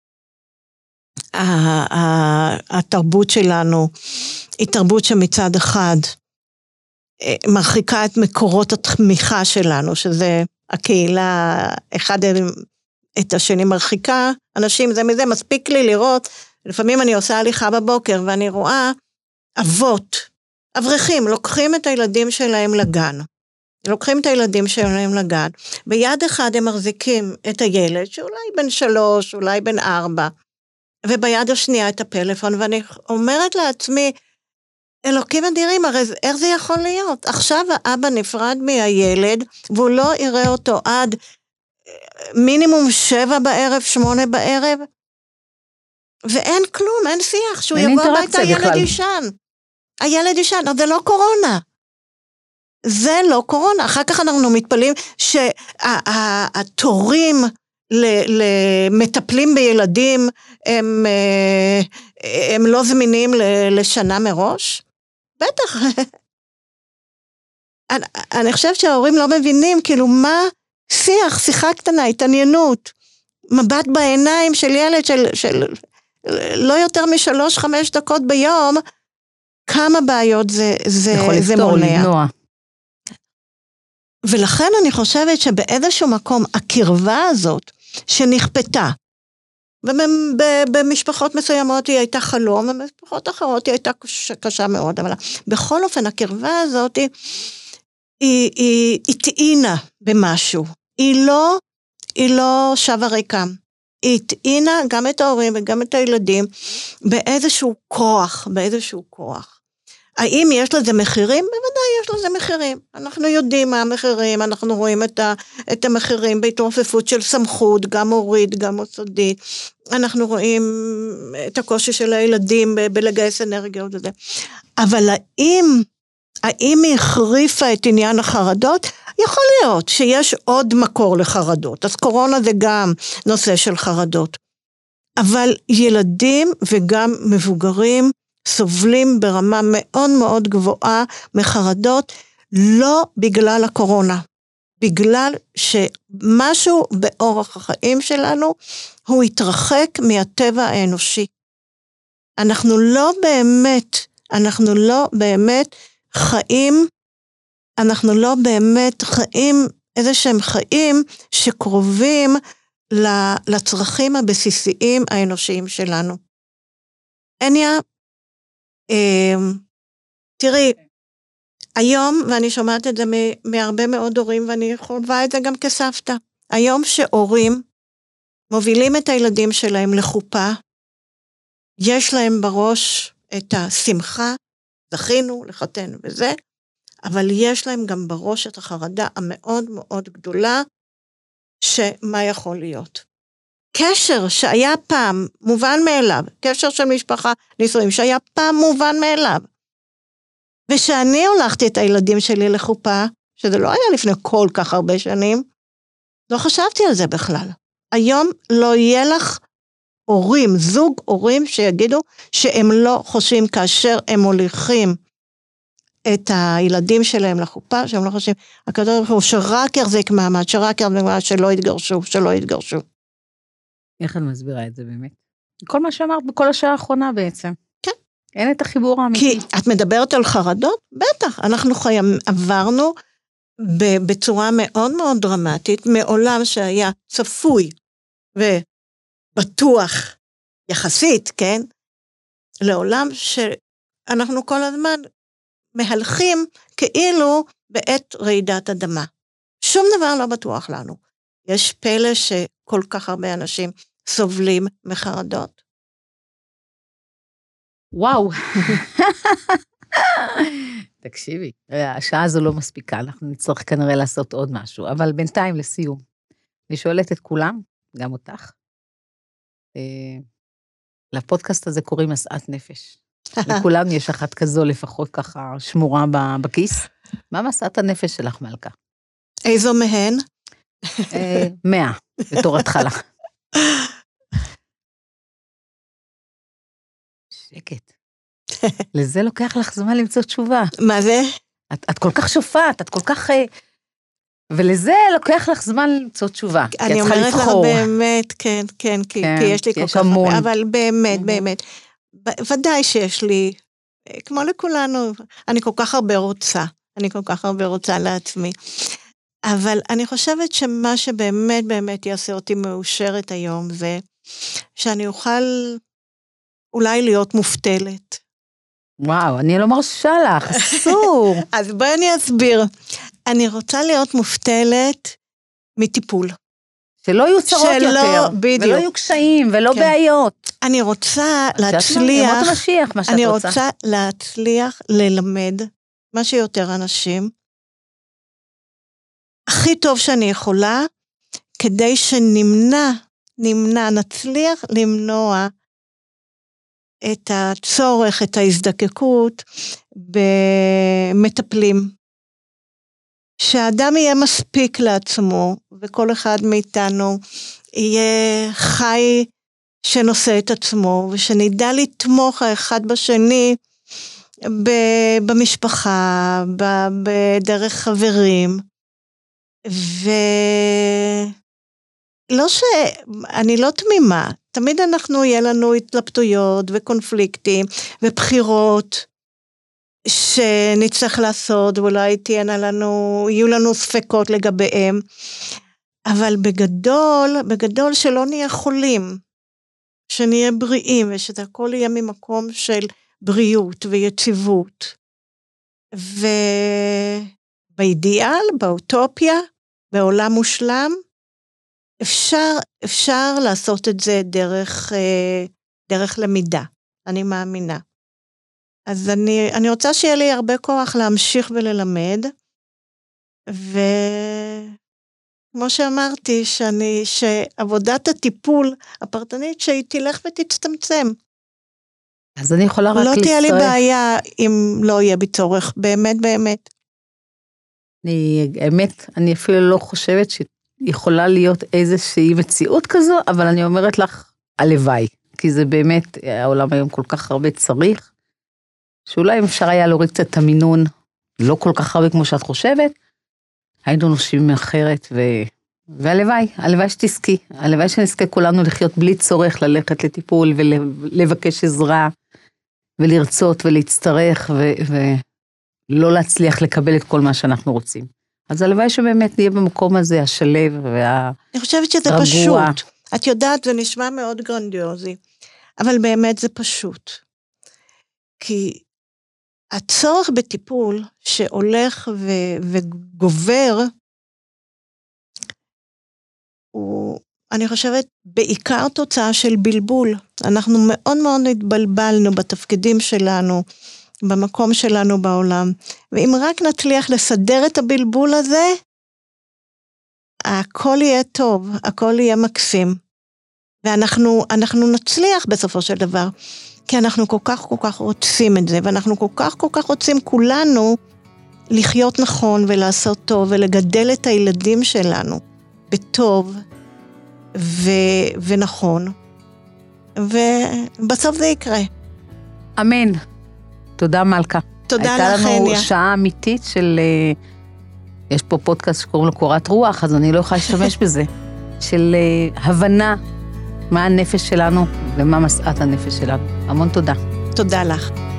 התרבות שלנו היא תרבות שמצד אחד מרחיקה את מקורות התמיכה שלנו, שזה הקהילה, אחד את השני מרחיקה, אנשים זה מזה, מספיק לי לראות, לפעמים אני עושה הליכה בבוקר ואני רואה אבות, אברכים, לוקחים את הילדים שלהם לגן, לוקחים את הילדים שלהם לגן, ביד אחד הם מחזיקים את הילד, שאולי בן 3, אולי בן 4, וביד השנייה את הפלאפון, ואני אומרת לעצמי, אלוקים אדירים, הרי איך זה יכול להיות? עכשיו האבא נפרד מהילד, והוא לא יראה אותו עד מינימום 7 בערב, 8 בערב, ואין כלום, אין שיח, שהוא יבוא הביתה, הילד ישן. הילד ישן, זה לא קורונה. זה לא קורונה. אחר כך אנחנו מתפלאים שהתורים למטפלים בילדים הם לא זמינים לשנה מראש. בטח. אני חושבת שההורים לא מבינים, כאילו מה שיחה קטנה, התעניינות, מבט בעיניים של ילד של לא יותר מ3-5 דקות ביום, כמה בעיות זה מונע. ולכן אני חושבת שבאיזשהו מקום הקרבה הזאת שנכפתה, ובמשפחות מסוימות היא הייתה חלום, ובמשפחות אחרות היא הייתה קשה מאוד, אבל בכל אופן הקרבה הזאת היא טעינה במשהו, היא לא שווה ריקם, היא טעינה גם את ההורים וגם את הילדים באיזשהו כוח. האם יש לזה מחירים? בוודאי יש לזה מחירים. אנחנו יודעים מה המחירים, אנחנו רואים את המחירים בהתרופפות של סמכות, גם הורית, גם מוסדית. אנחנו רואים את הקושי של הילדים בלגייס אנרגיות וזה. אבל האם היא החריפה את עניין החרדות? יכול להיות שיש עוד מקור לחרדות. אז קורונה זה גם נושא של חרדות. אבל ילדים וגם מבוגרים סובלים ברמה מאוד מאוד גבוהה מחרדות, לא בגלל הקורונה, בגלל שמשהו באורח החיים שלנו, הוא התרחק מהטבע האנושי. אנחנו לא באמת חיים איזה שהם חיים שקרובים לצרכים הבסיסיים האנושיים שלנו. אניה, תראי, היום, ואני שומעת את זה מהרבה מאוד הורים, ואני חווה את זה גם כסבתא, היום שהורים מובילים את הילדים שלהם לחופה, יש להם בראש את השמחה, זכינו לחתן וזה, אבל יש להם גם בראש את החרדה המאוד מאוד גדולה, שמה יכול להיות. קשר שהיה פעם מובן מאליו, קשר של משפחה נישואים שהיה פעם מובן מאליו, ושאני הולכתי את הילדים שלי לחופה, שזה לא היה לפני כל כך הרבה שנים, לא חשבתי על זה בכלל. היום לא יהיה לך זוג הורים שיגידו שהם לא חושבים כאשר הם הולכים את הילדים שלהם לחופה, שהם לא חושבים, הקדוש ברוך הוא שרק יחזיק מעמד, שלא יתגרשו. איך אני מסבירה את זה באמת? כל מה שאמרת בכל השעה האחרונה בעצם. כן. אין את החיבור האמיתי. כי את מדברת על חרדות? בטח, אנחנו עברנו בצורה מאוד מאוד דרמטית, מעולם שהיה צפוי ובטוח יחסית, כן? לעולם שאנחנו כל הזמן מהלכים כאילו בעת רעידת אדמה. שום דבר לא בטוח לנו. יש פלא שכל כך הרבה אנשים סובלים מחרדות. וואו. תקשיבי, השעה הזו לא מספיקה, אנחנו נצטרך כנראה לעשות עוד משהו, אבל בינתיים לסיום. אני שואלת את כולם, גם אותך. לפודקאסט הזה קוראים משאת נפש. לכולם יש אחת כזו לפחות ככה שמורה בכיס. מה משאת הנפש שלך, מלכה? איזו מהן? 100, בתור התחלה. שקט. לזה לוקח לך זמן למצוא תשובה. מה זה? את כל כך שופעת, את כל כך... ולזה לוקח לך זמן למצוא תשובה. אני אומרת לך באמת, כן, כי יש לי כל כך הרבה, אבל באמת, ודאי שיש לי, כמו לכולנו, אני כל כך הרבה רוצה לעצמי. אבל אני חושבת שמה שבאמת באמת יעשה אותי מאושרת היום, זה שאני אוכל אולי להיות מופתלת. וואו, אני לא מרשה לך, אסור. אז בואי אני אסביר. אני רוצה להיות מופתלת מטיפול. שלא יהיו צרות יותר, ולא יהיו קשיים, ולא בעיות. אני רוצה להצליח ללמד מה שיותר אנשים, הכי טוב שאני יכולה, כדי נצליח למנוע את הצורך, את ההזדקקות במטפלים. שהאדם יהיה מספיק לעצמו, וכל אחד מאיתנו יהיה חי שנושא את עצמו, ושנדע לתמוך האחד בשני במשפחה, בדרך חברים, אני לא תמימה, תמיד יהיה לנו התלבטויות וקונפליקטים ובחירות שנצטרך לעשות, ואולי יהיו לנו ספקות לגביהם, אבל בגדול שלא נהיה חולים, שנהיה בריאים, ושזה הכל יהיה ממקום של בריאות ויציבות, ובאידיאל, באוטופיה, בעולם מושלם, אפשר לעשות את זה דרך למידה, אני מאמינה. אז אני רוצה שיהיה לי הרבה כוח להמשיך וללמד, וכמו שאמרתי, שעבודת הטיפול הפרטנית שהיא תלך ותצטמצם. אז אני יכולה רק לא תהיה לי בעיה אם לא יהיה בי צורך, באמת. אני אפילו לא חושבת שיכולה להיות איזושהי מציאות כזו, אבל אני אומרת לך, הלוואי, כי זה באמת, העולם היום כל כך הרבה צריך, שאולי אם אפשר היה להוריד קצת את המינון, לא כל כך הרבה כמו שאת חושבת, היינו נושמים אחרת, והלוואי שתזכי, הלוואי שנזכה כולנו לחיות בלי צורך ללכת לטיפול, ולבקש עזרה, ולרצות ולהצטרך, ולא להצליח לקבל את כל מה שאנחנו רוצים. אז הלוואי שבאמת נהיה במקום הזה, השלב והרגוע. אני חושבת שזה פשוט. את יודעת, זה נשמע מאוד גרנדיוזי, אבל באמת זה פשוט. כי הצורך בטיפול שהולך וגובר, אני חושבת, בעיקר תוצאה של בלבול. אנחנו מאוד מאוד התבלבלנו בתפקידים שלנו, במקום שלנו בעולם. ואם רק נצליח לסדר את הבלבול הזה, הכל יהיה טוב, הכל יהיה מקסים. ואנחנו נצליח בסופו של דבר, כי אנחנו כל כך רוצים את זה, ואנחנו כל כך רוצים כולנו לחיות נכון ולעשות טוב, ולגדל את הילדים שלנו בטוב ונכון. ובסוף זה יקרה. אמן. תודה מלכה. תודה לך, הניה. הייתה לנו שעה אמיתית של, יש פה פודקאסט שקוראים לו קורת רוח, אז אני לא יכולה להשתמש בזה, של הבנה מה הנפש שלנו ומה משאת הנפש שלנו. המון תודה. תודה לך.